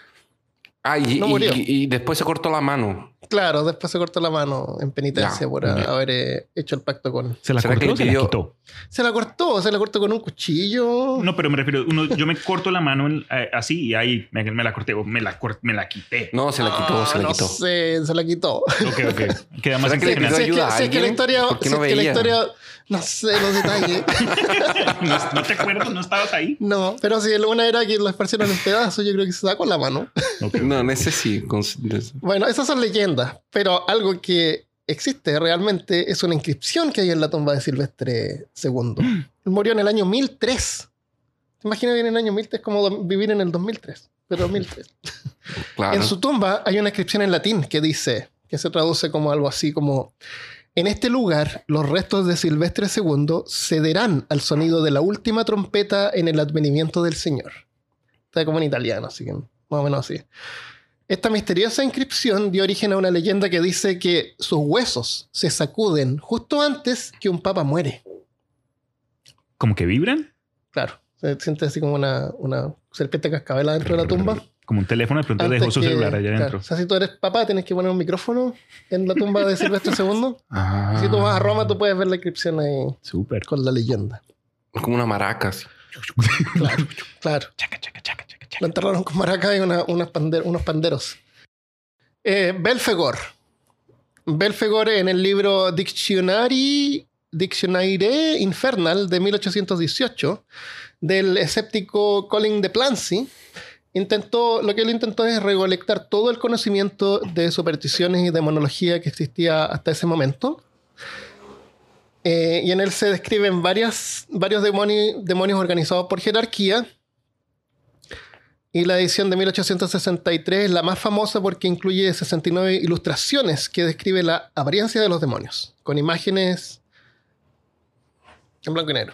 Y después se cortó la mano. Claro, después se cortó la mano en penitencia por haber hecho el pacto con... ¿Se la cortó o se la quitó? Se la cortó con un cuchillo. No, pero me refiero... yo me corto la mano así y ahí me la corté o me la quité. No, se la quitó, se la quitó. No sé, se la quitó. Ok. Queda más impresionante. Si es que la historia... No sé los detalles. ¿No te acuerdas? ¿No estabas ahí? No, pero si una era que lo esparcieron en pedazos, yo creo que se sacó la mano. Okay. No, en ese sí. Bueno, esas son leyendas, pero algo que existe realmente es una inscripción que hay en la tumba de Silvestre II. Él murió en el año 1003. ¿Te imaginas vivir en el año 1003 como vivir en el 2003? Pero 2003. Claro. En su tumba hay una inscripción en latín que se traduce como algo así como: en este lugar, los restos de Silvestre II cederán al sonido de la última trompeta en el advenimiento del Señor. Está como en italiano, así que más o menos así. Esta misteriosa inscripción dio origen a una leyenda que dice que sus huesos se sacuden justo antes que un papa muere. ¿Como que vibran? Claro, se siente así como una serpiente cascabel dentro de la tumba. Como un teléfono, de pronto dejó su celular allá adentro. Claro. O sea, si tú eres papá, tienes que poner un micrófono en la tumba de Silvestre II. Si tú vas a Roma, tú puedes ver la inscripción ahí. Súper. Con la leyenda. Como una maraca. Así. Claro. Chaca. Lo enterraron con maracas y unos panderos. Belfegor. Belfegor en el libro Dictionnaire Infernal de 1818 del escéptico Colin de Plancy. Lo que él intentó es recolectar todo el conocimiento de supersticiones y demonología que existía hasta ese momento. Y en él se describen varios demonios organizados por jerarquía. Y la edición de 1863 es la más famosa porque incluye 69 ilustraciones que describen la apariencia de los demonios, con imágenes en blanco y negro.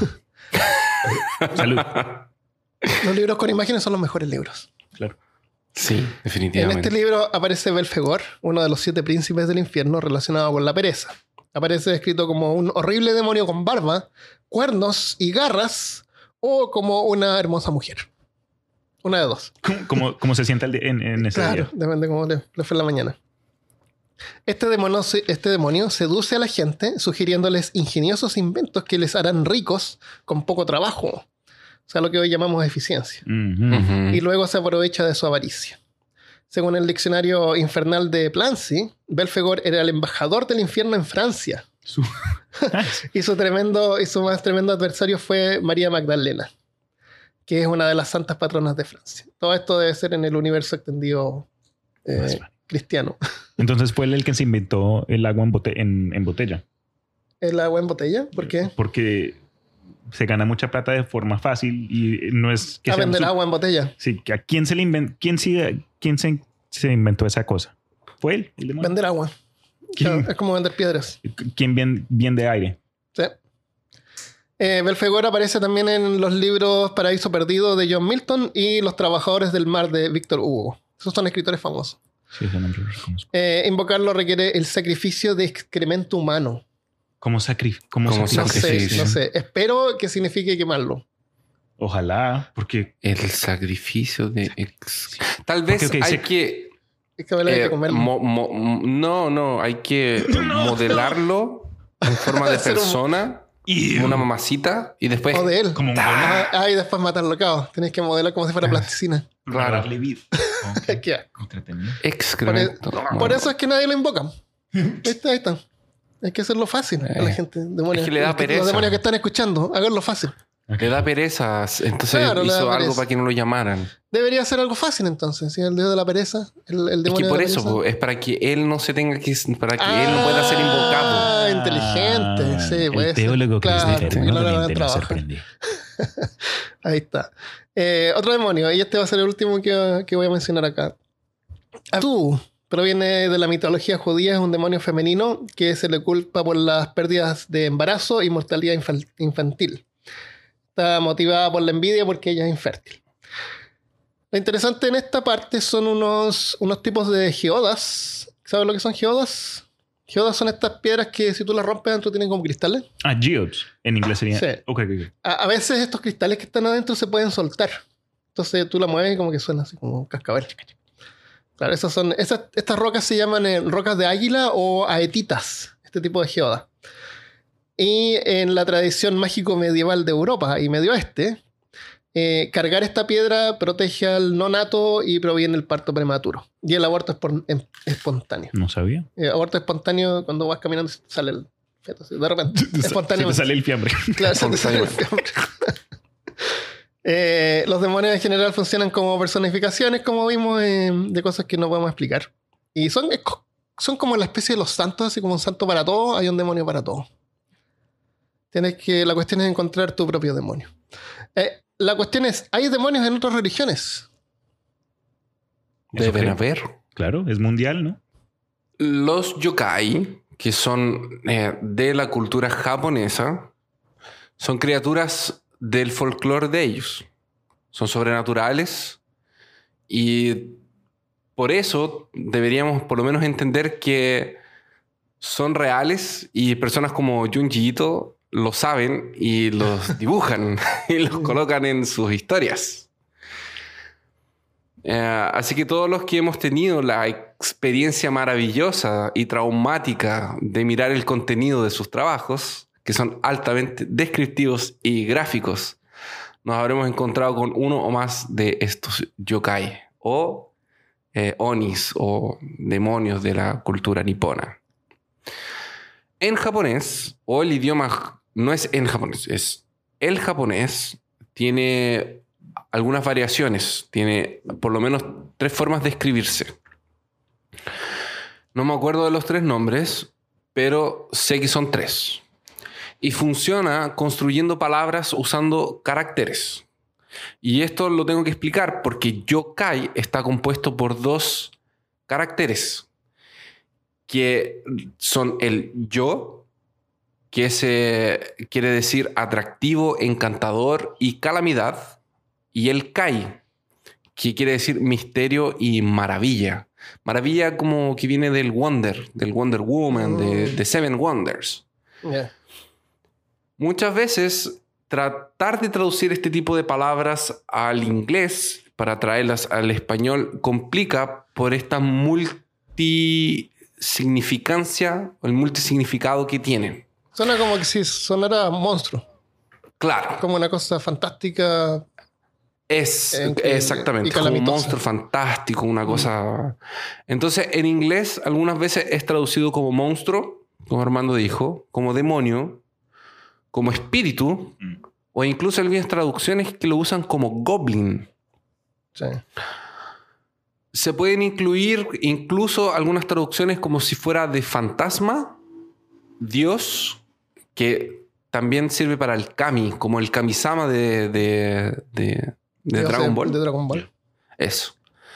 Salud. Los libros con imágenes son los mejores libros. Claro. Sí, definitivamente. En este libro aparece Belfegor, uno de los 7 príncipes del infierno relacionado con la pereza. Aparece descrito como un horrible demonio con barba, cuernos y garras, o como una hermosa mujer. Una de dos. ¿Cómo se sienta en ese día? Claro, depende de cómo le fue en la mañana. Este demonio seduce a la gente sugiriéndoles ingeniosos inventos que les harán ricos con poco trabajo. O sea, lo que hoy llamamos eficiencia. Y luego se aprovecha de su avaricia. Según el diccionario infernal de Plancy, Belfegor era el embajador del infierno en Francia. Y su más tremendo adversario fue María Magdalena, que es una de las santas patronas de Francia. Todo esto debe ser en el universo extendido cristiano. Entonces fue él el que se inventó el agua en botella. ¿El agua en botella? ¿Por qué? Porque se gana mucha plata de forma fácil y no es que sea vender agua en botella. Sí, ¿a quién se le inventó? ¿Quién se inventó esa cosa? ¿Fue él? El demonio. Vender agua. Claro, es como vender piedras. ¿Quién viene aire? Sí. Belfegor aparece también en los libros Paraíso Perdido de John Milton y Los Trabajadores del Mar de Víctor Hugo. Esos son escritores famosos. Sí, ese nombre lo reconozco. Invocarlo requiere el sacrificio de excremento humano. ¿Cómo sacrificio? No sé. Espero que signifique quemarlo. Ojalá, porque... El sacrificio de... Tal vez hay que... Es que hay que comerlo. Hay que modelarlo en forma de persona. Una mamacita y después... O de él. Como un y después matarlo, cabrón. Tenés que modelar como si fuera plasticina. Claro. ¿Qué? Excremento. Por eso es que nadie lo invoca. Ahí está. Hay que hacerlo fácil a la gente. Demonios, es que le da pereza. Los demonios que están escuchando, háganlo fácil. Le da pereza. Entonces hizo algo para que no lo llamaran. Debería ser algo fácil entonces. Si el dios de la pereza, el demonio. Es que por eso, es para que él no se tenga que... Para que él no pueda ser invocado. Inteligente. Sí, el teólogo no sorprende. Ahí está. Otro demonio. Y este va a ser el último que voy a mencionar acá. Tú, proviene de la mitología judía, es un demonio femenino que se le culpa por las pérdidas de embarazo y mortalidad infantil. Está motivada por la envidia porque ella es infértil. Lo interesante en esta parte son unos tipos de geodas. ¿Sabes lo que son geodas? Geodas son estas piedras que si tú las rompes adentro tienen como cristales. Geodes. En inglés sería... Sí. Okay. A veces estos cristales que están adentro se pueden soltar. Entonces tú la mueves y como que suena así como un cascabel. Claro, estas rocas se llaman rocas de águila o aetitas, este tipo de geoda. Y en la tradición mágico medieval de Europa y Medio Oeste, cargar esta piedra protege al nonato y previene el parto prematuro. Y el aborto espontáneo. No sabía. Aborto espontáneo, cuando vas caminando sale el feto. De repente, espontáneo. Se te sale el fiambre. Claro, se te sale el fiambre. Los demonios en general funcionan como personificaciones, como vimos, de cosas que no podemos explicar. Y son como la especie de los santos, así como un santo para todo, hay un demonio para todo. La cuestión es encontrar tu propio demonio. La cuestión es, ¿hay demonios en otras religiones? Deben haber. Claro, es mundial, ¿no? Los yokai, que son de la cultura japonesa, son criaturas del folclore de ellos. Son sobrenaturales y por eso deberíamos por lo menos entender que son reales y personas como Junji Ito lo saben y los dibujan y los colocan en sus historias. Así que todos los que hemos tenido la experiencia maravillosa y traumática de mirar el contenido de sus trabajos, que son altamente descriptivos y gráficos, nos habremos encontrado con uno o más de estos yokai o onis o demonios de la cultura nipona. En japonés, o el idioma no es en japonés, es el japonés, tiene algunas variaciones, tiene por lo menos 3 formas de escribirse. No me acuerdo de los 3 nombres, pero sé que son 3. Y funciona construyendo palabras usando caracteres. Y esto lo tengo que explicar porque yokai está compuesto por 2 caracteres que son el yo, que quiere decir atractivo, encantador y calamidad, y el kai, que quiere decir misterio y maravilla. Maravilla como que viene del Wonder Woman, de Seven Wonders. Yeah. Muchas veces tratar de traducir este tipo de palabras al inglés para traerlas al español complica por esta multisignificancia o el multisignificado que tienen. Suena como que si sonara monstruo. Claro. Como una cosa fantástica. Exactamente. Como un monstruo fantástico, una cosa. Entonces, en inglés, algunas veces es traducido como monstruo, como Armando dijo, como demonio, como espíritu, o incluso algunas traducciones que lo usan como goblin. Sí. Se pueden incluir incluso algunas traducciones como si fuera de fantasma, Dios, que también sirve para el kami, como el kami-sama de Dragon Ball. De Dragon Ball. Eso.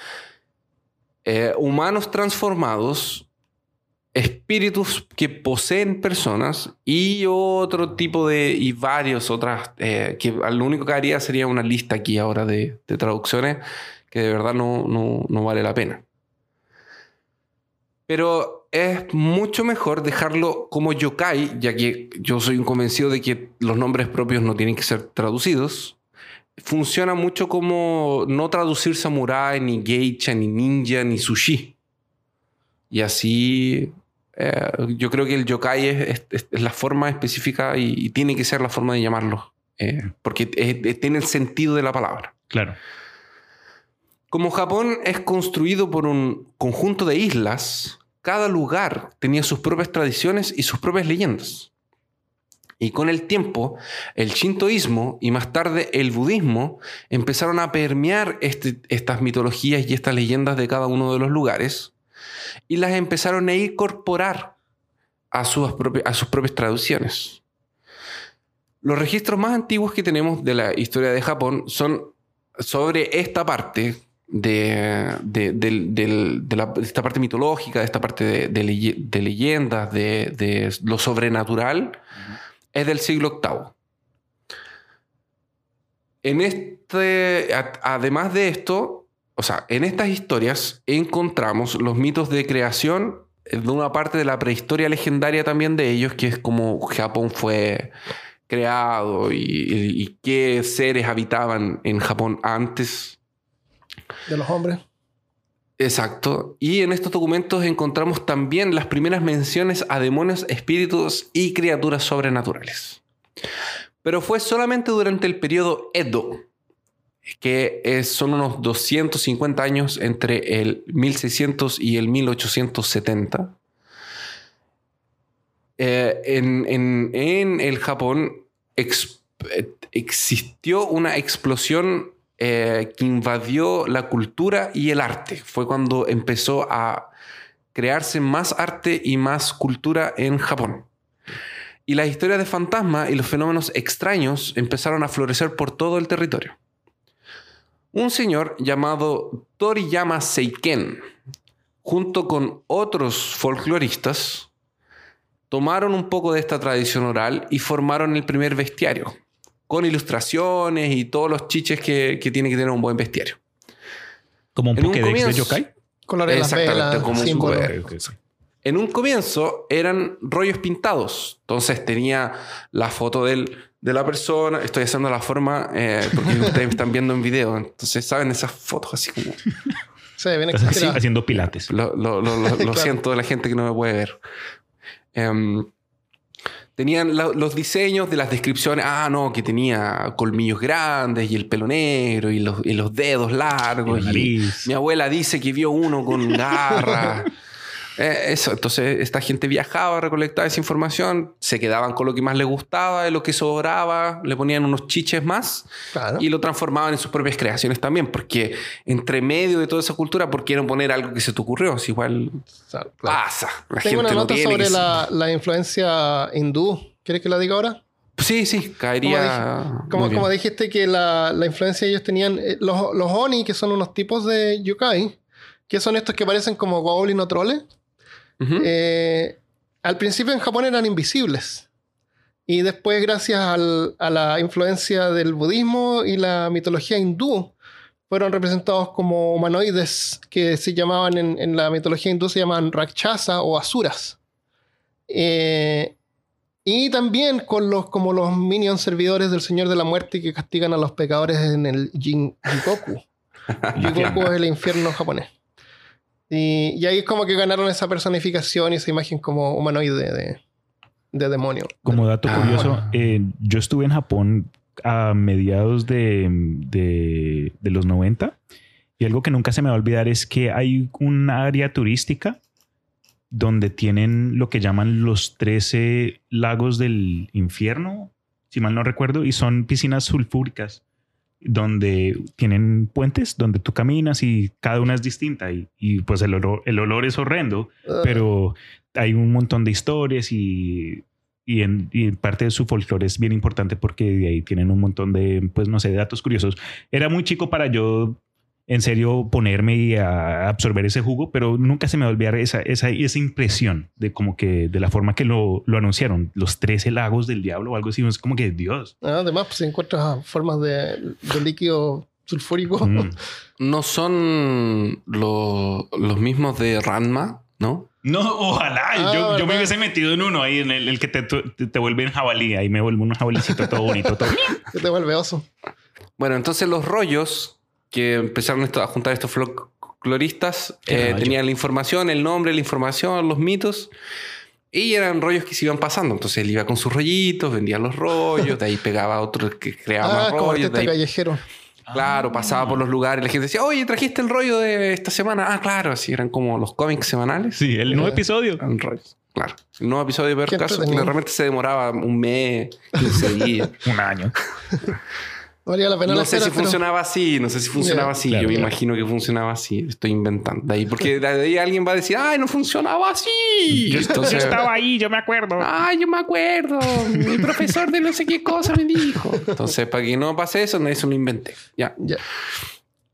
Humanos transformados, espíritus que poseen personas y otro tipo y varios otras, que lo único que haría sería una lista aquí ahora de traducciones que de verdad no vale la pena. Pero es mucho mejor dejarlo como yokai, ya que yo soy un convencido de que los nombres propios no tienen que ser traducidos. Funciona mucho como no traducir samurái, ni geisha, ni ninja, ni sushi. Y así yo creo que el yokai es la forma específica y tiene que ser la forma de llamarlo. Porque tiene el sentido de la palabra. Claro. Como Japón es construido por un conjunto de islas, cada lugar tenía sus propias tradiciones y sus propias leyendas. Y con el tiempo, el shintoísmo y más tarde el budismo empezaron a permear estas mitologías y estas leyendas de cada uno de los lugares y las empezaron a incorporar a sus propias traducciones. Los registros más antiguos que tenemos de la historia de Japón son sobre esta parte esta parte mitológica, de esta parte de leyendas, de lo sobrenatural, es del siglo VIII. Además de esto, o sea, en estas historias encontramos los mitos de creación de una parte de la prehistoria legendaria también de ellos, que es como Japón fue creado y qué seres habitaban en Japón antes de los hombres. Exacto. Y en estos documentos encontramos también las primeras menciones a demonios, espíritus y criaturas sobrenaturales. Pero fue solamente durante el periodo Edo, que son unos 250 años entre el 1600 y el 1870. En el Japón existió una explosión que invadió la cultura y el arte. Fue cuando empezó a crearse más arte y más cultura en Japón. Y las historias de fantasmas y los fenómenos extraños empezaron a florecer por todo el territorio. Un señor llamado Toriyama Seiken, junto con otros folcloristas, tomaron un poco de esta tradición oral y formaron el primer bestiario, con ilustraciones y todos los chiches que tiene que tener un buen bestiario. ¿Como un Pokédex de yokai? Colores de las velas, como símbolos. En un comienzo eran rollos pintados. Entonces tenía la foto de la persona. Estoy haciendo la forma porque ustedes me están viendo en video. Entonces saben esas fotos así como... Sí, bien exagerado. Haciendo pilates. Lo siento de la gente que no me puede ver. Tenían los diseños de las descripciones. Que tenía colmillos grandes y el pelo negro y los dedos largos. Y mi abuela dice que vio uno con garras. Eso, entonces esta gente viajaba, recolectaba esa información, se quedaban con lo que más les gustaba, de lo que sobraba, le ponían unos chiches más, claro, y lo transformaban en sus propias creaciones también, porque entre medio de toda esa cultura, ¿por qué no poner algo que se te ocurrió? Si igual claro, pasa. Tengo una nota sobre la influencia hindú. ¿Quieres que la diga ahora? Sí, caería... Como dijiste que la influencia ellos tenían... Los Oni, que son unos tipos de yokai, que son estos que parecen como goblin o troles. Uh-huh. Al principio en Japón eran invisibles. Y después, gracias a la influencia del budismo y la mitología hindú, fueron representados como humanoides que se llamaban en la mitología hindú, se llaman rakshasa o asuras. Y también como los minions servidores del Señor de la Muerte que castigan a los pecadores en el Jikoku. Jikoku es el infierno japonés. Y ahí es como que ganaron esa personificación y esa imagen como humanoide de demonio. Como dato curioso, yo estuve en Japón a mediados de los 90 y algo que nunca se me va a olvidar es que hay un área turística donde tienen lo que llaman los 13 lagos del infierno, si mal no recuerdo, y son piscinas sulfúricas donde tienen puentes donde tú caminas y cada una es distinta y pues el olor es horrendo, pero hay un montón de historias y parte de su folclore es bien importante porque de ahí tienen un montón de, pues no sé, datos curiosos. Era muy chico para yo en serio ponerme y a absorber ese jugo, pero nunca se me va a olvidar esa impresión de como que de la forma que lo anunciaron, los 13 lagos del diablo o algo así, es como que Dios. Además, pues, si encuentras formas de líquido sulfúrico. No son los mismos de Ranma, ¿no? No, ojalá. Yo me hubiese metido en uno ahí, en el que te vuelve en jabalí. Ahí me vuelve un jabalicito todo bonito. Todo. Que te vuelve oso. Bueno, entonces los rollos que empezaron a juntar estos folcloristas tenían la información, el nombre, la información, los mitos, y eran rollos que se iban pasando. Entonces él iba con sus rollitos, vendía los rollos, de ahí pegaba otro que creaba más rollos. Como callejero. Claro, pasaba por los lugares y la gente decía, oye, ¿trajiste el rollo de esta semana? Claro, así eran como los cómics semanales. Sí, el nuevo episodio. Eran rollos. Claro, el nuevo episodio de ver caso que realmente se demoraba un mes, 15 días. Un año. Valía la pena no sé si funcionaba así. Yo me imagino que funcionaba así. Estoy inventando. De ahí, porque de ahí alguien va a decir, ¡ay, no funcionaba así! Yo estaba ahí, yo me acuerdo. ¡Ay, yo me acuerdo! Mi profesor de no sé qué cosa me dijo. Entonces, para que no pase eso, no lo inventé. Ya.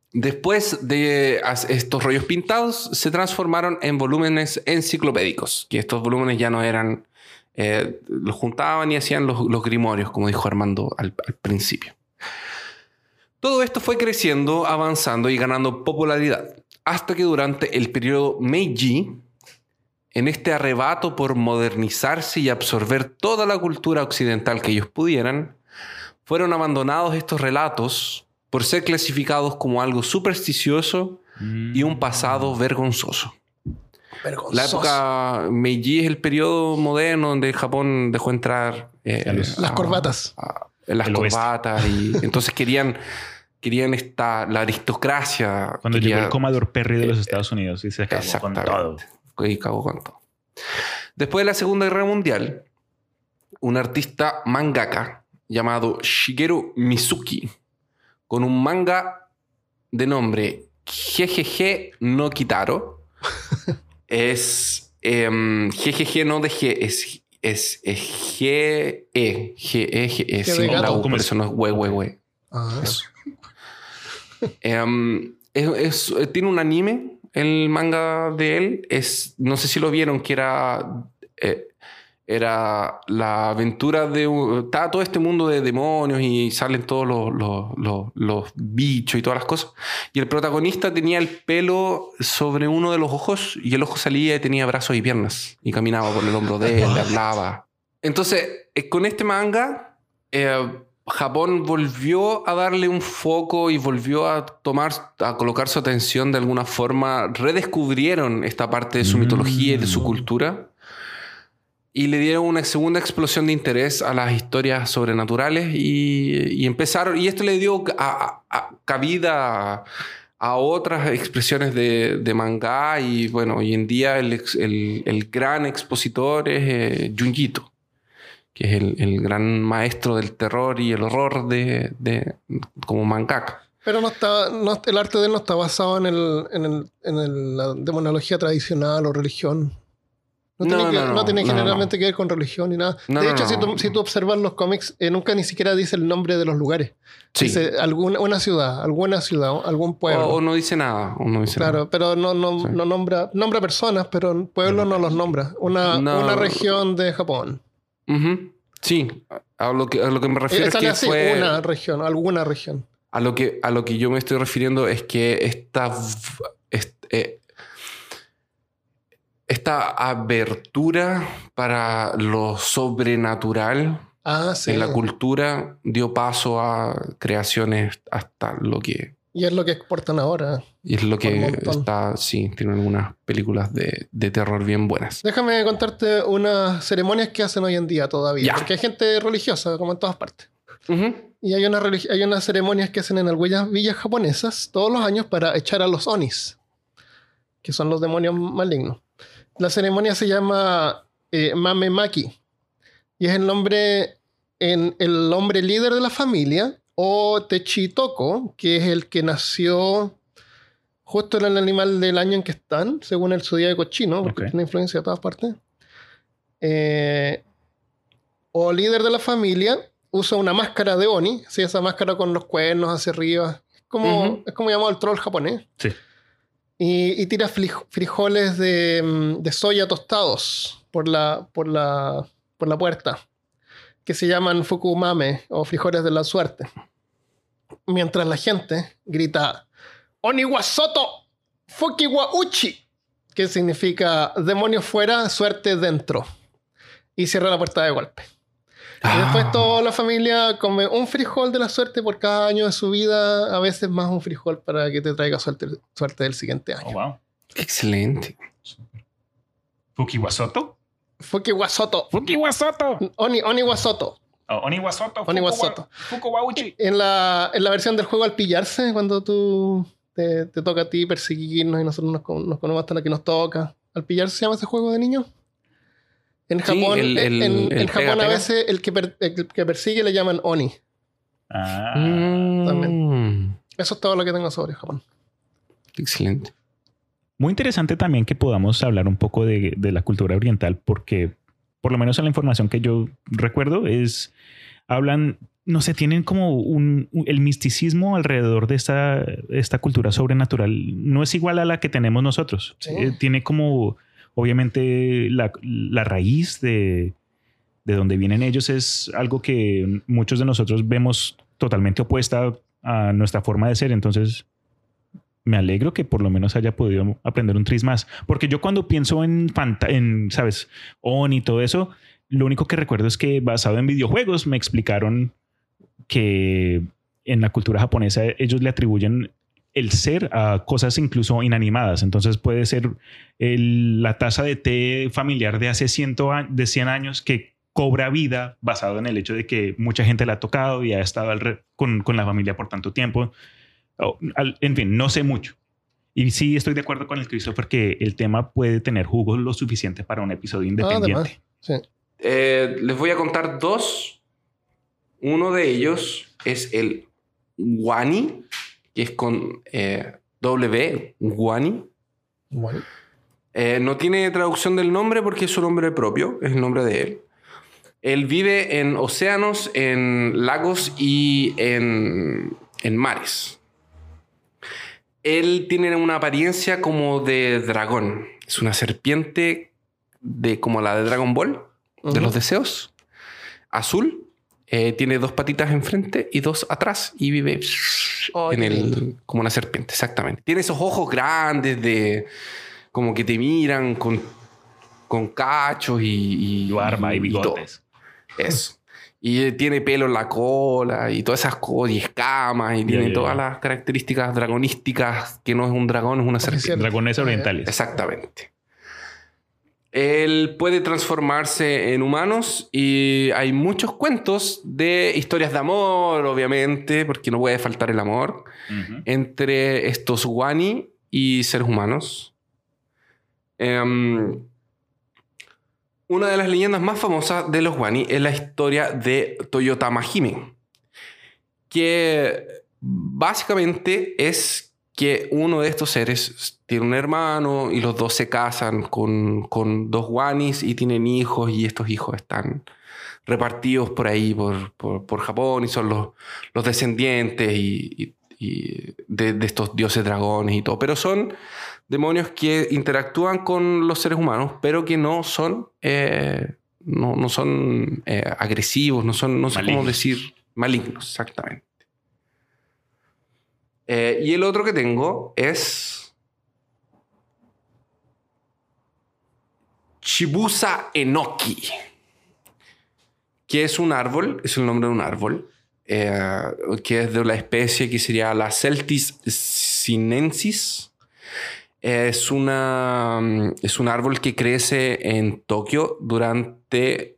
Después de estos rollos pintados, se transformaron en volúmenes enciclopédicos, que estos volúmenes ya no eran... los juntaban y hacían los grimorios, como dijo Armando al principio. Todo esto fue creciendo, avanzando y ganando popularidad, hasta que durante el periodo Meiji, en este arrebato por modernizarse y absorber toda la cultura occidental que ellos pudieran, fueron abandonados estos relatos por ser clasificados como algo supersticioso y un pasado vergonzoso. La época Meiji es el periodo moderno donde Japón dejó entrar las corbatas. Las corbatas y entonces querían la aristocracia. Cuando llegó el Commodore Perry de los Estados Unidos y se acabó con todo. Y acabó con todo. Después de la Segunda Guerra Mundial, un artista mangaka llamado Shigeru Mizuki, con un manga de nombre GGG no Kitaro, es GGG no de G, es GE, sin la U, por eso no es we. Tiene un anime, el manga de él, no sé si lo vieron, que era la aventura está todo este mundo de demonios y salen todos los bichos y todas las cosas. Y el protagonista tenía el pelo sobre uno de los ojos y el ojo salía y tenía brazos y piernas y caminaba por el hombro de él, le hablaba. Entonces, con este manga, Japón volvió a darle un foco y volvió a colocar su atención de alguna forma. Redescubrieron esta parte de su mitología y de su cultura. Y le dieron una segunda explosión de interés a las historias sobrenaturales y empezaron... Y esto le dio cabida a otras expresiones de manga. Y bueno, hoy en día el gran expositor es Junji Ito, que es el gran maestro del terror y el horror como mangaka. Pero el arte de él no está basado en la demonología tradicional o religión. No tiene generalmente que ver con religión ni nada. De hecho, si tú observas los cómics, nunca ni siquiera dice el nombre de los lugares. Sí. Dice alguna ciudad, algún pueblo. O no dice nada. Claro, pero no nombra personas, en pueblos no los nombra. Una región de Japón. Uh-huh. Sí, a lo que me refiero es que fue... alguna región. A lo que yo me estoy refiriendo es que esta abertura para lo sobrenatural en la cultura dio paso a creaciones hasta lo que... Y es lo que exportan ahora. Y es lo que tiene algunas películas de terror bien buenas. Déjame contarte unas ceremonias que hacen hoy en día todavía. Porque hay gente religiosa, como en todas partes. Uh-huh. Y hay unas ceremonias que hacen en algunas villas japonesas todos los años para echar a los onis, que son los demonios malignos. La ceremonia se llama Mamemaki y es el hombre líder de la familia, o Techitoko, que es el que nació justo en el animal del año en que están, según el zodíaco chino, porque tiene influencia de todas partes. O líder de la familia usa una máscara de oni, ¿sí? Esa máscara con los cuernos hacia arriba. Es como llamado el troll japonés. Sí. Y tira frijoles de soya tostados por la puerta, que se llaman fukumame o frijoles de la suerte. Mientras la gente grita Oniwasoto Fukiwa Uchi, que significa demonio fuera, suerte dentro, y cierra la puerta de golpe. Y después toda la familia come un frijol de la suerte por cada año de su vida, a veces más un frijol para que te traiga suerte del siguiente año. Oh, wow. Excelente. ¿Fukiwasoto? Fukiwasoto. Oniwasoto. Oniwasoto. Fukuwauchi. En la versión del juego al pillarse, cuando tú te toca a ti perseguirnos y nosotros nos comemos hasta la que nos toca. ¿Al pillarse se llama ese juego de niños? En Japón, en Japón a veces el que persigue le llaman Oni. También. Eso es todo lo que tengo sobre Japón. Excelente. Muy interesante también que podamos hablar un poco de la cultura oriental, porque por lo menos en la información que yo recuerdo hablan no sé, tienen como el misticismo alrededor de esta cultura sobrenatural. No es igual a la que tenemos nosotros. Sí. Tiene como, obviamente, la raíz de donde vienen ellos es algo que muchos de nosotros vemos totalmente opuesta a nuestra forma de ser. Entonces, me alegro que por lo menos haya podido aprender un tris más. Porque yo cuando pienso en ¿sabes? On y todo eso, lo único que recuerdo es que basado en videojuegos me explicaron que en la cultura japonesa ellos le atribuyen el ser a cosas incluso inanimadas. Entonces puede ser la taza de té familiar de hace 100 años que cobra vida basado en el hecho de que mucha gente la ha tocado y ha estado con la familia por tanto tiempo. En fin, no sé mucho. Y sí estoy de acuerdo con el Christopher que el tema puede tener jugo lo suficiente para un episodio independiente. Sí. Les voy a contar dos. Uno de ellos es el Wani, que es con W, Wani. Bueno. No tiene traducción del nombre porque es su nombre propio, es el nombre de él. Él vive en océanos, en lagos y en mares. Él tiene una apariencia como de dragón. Es una serpiente como la de Dragon Ball, de los deseos. Azul. Tiene 2 patitas enfrente y 2 atrás. Y vive como una serpiente, exactamente. Tiene esos ojos grandes como que te miran con cachos y barba y bigotes. Eso. Y tiene pelo en la cola y todas esas cosas y escamas y tiene todas las características dragonísticas que no es un dragón, es una serpiente. Dragones orientales. Exactamente. Él puede transformarse en humanos y hay muchos cuentos de historias de amor, obviamente, porque no puede faltar el amor, entre estos Wani y seres humanos. Una de las leyendas más famosas de los Wani es la historia de Toyotama Hime, que básicamente es que uno de estos seres tiene un hermano y los dos se casan con 2 Wanis y tienen hijos, y estos hijos están repartidos por ahí, por Japón, y son los descendientes y de estos dioses dragones y todo. Pero son demonios que interactúan con los seres humanos, pero que no son agresivos, no son como decir malignos, exactamente. Y el otro que tengo es Chibusa Enoki, que es un árbol, es el nombre de un árbol, que es de la especie que sería la Celtis sinensis. Es un árbol que crece en Tokio durante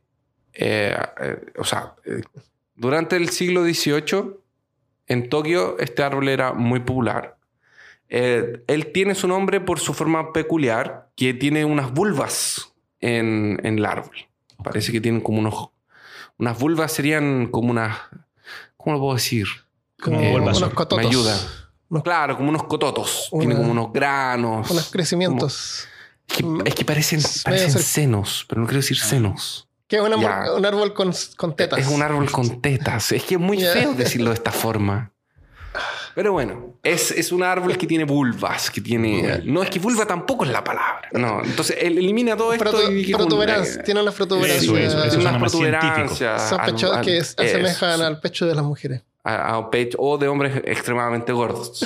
el siglo XVIII. En Tokio este árbol era muy popular. Él tiene su nombre por su forma peculiar, que tiene unas vulvas en el árbol. Parece que tienen como unas vulvas, serían como unas... ¿Cómo lo puedo decir? Como unos cototos. Me ayuda. Claro, como unos cototos. Tiene como unos granos. Unos crecimientos. Es que parecen senos, pero no quiero decir senos. Que es un árbol con tetas. Es un árbol con tetas. Es que es muy feo decirlo de esta forma. Pero bueno, es un árbol que tiene vulvas, que tiene... No, es que vulva tampoco es la palabra. No, entonces él elimina todo esto y... Protuberancia. Tiene una protuberancia. Eso es una más científico. Son pechos que asemejan al pecho de las mujeres. A pecho o de hombres extremadamente gordos.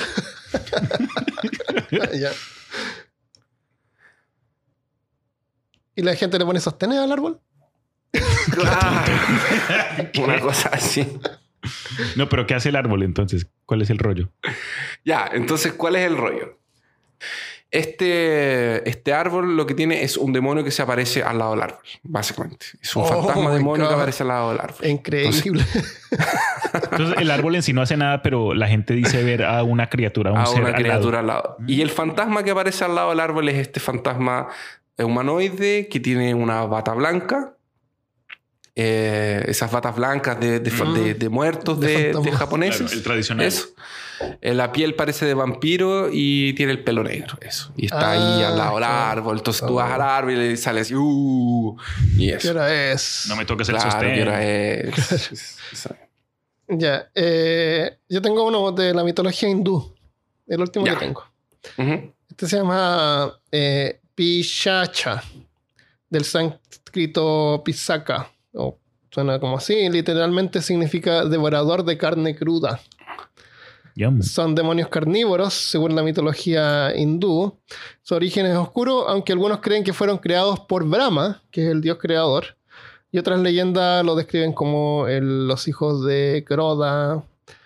Ya. ¿Y la gente le pone sostener al árbol? Claro. Una cosa así. No, pero ¿qué hace el árbol entonces? ¿Cuál es el rollo? Ya, entonces, ¿cuál es el rollo? Este árbol lo que tiene es un demonio que se aparece al lado del árbol, básicamente. Es un fantasma demonio que aparece al lado del árbol. Increíble. Entonces, el árbol en sí no hace nada, pero la gente dice ver a una criatura, al lado. Y el fantasma que aparece al lado del árbol es este fantasma humanoide que tiene una bata blanca. Esas batas blancas de muertos de japoneses. Claro, el tradicional. Eso. La piel parece de vampiro y tiene el pelo negro. Eso. Y está ahí al lado del árbol. Entonces tú vas al árbol y sales así. Y eso. ¿Qué hora es? No me toques el sostén. ¿Qué hora es? Ya. Yo tengo uno de la mitología hindú. El último que tengo. Este se llama Pishacha, del sánscrito Pisaka. Suena como así. Literalmente significa devorador de carne cruda. Yum. Son demonios carnívoros, según la mitología hindú. Su origen es oscuro, aunque algunos creen que fueron creados por Brahma, que es el dios creador. Y otras leyendas lo describen como los hijos de Kroda,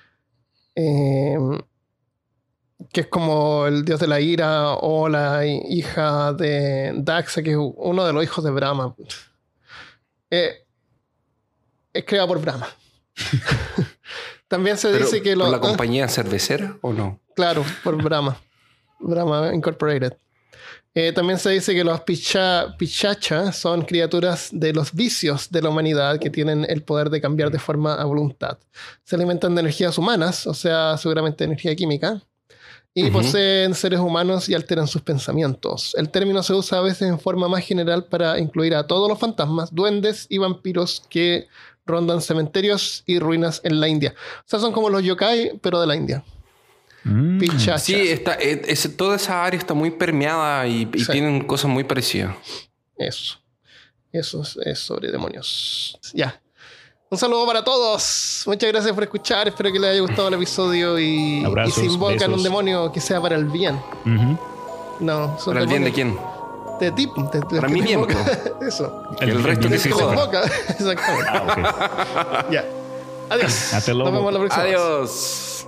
que es como el dios de la ira, o la hija de Daxa, que es uno de los hijos de Brahma. Es creado por Brahma. También se dice que... ¿Por la compañía cervecera o no? Claro, por Brahma. Brahma Incorporated. También se dice que los Pishacha son criaturas de los vicios de la humanidad que tienen el poder de cambiar de forma a voluntad. Se alimentan de energías humanas, o sea, seguramente energía química, y poseen seres humanos y alteran sus pensamientos. El término se usa a veces en forma más general para incluir a todos los fantasmas, duendes y vampiros que rondan cementerios y ruinas en la India. O sea, son como los yokai, pero de la India. Sí, toda esa área está muy permeada y tienen cosas muy parecidas. Eso es sobre demonios. Ya. Un saludo para todos. Muchas gracias por escuchar. Espero que les haya gustado el episodio. Y si invocan un demonio, que sea para el bien. No, ¿para el bien de quién? De ti. Para mí mismo. Eso. El resto que se joda. Exactamente. Ya. Adiós. Hasta luego. Nos vemos la próxima. Adiós.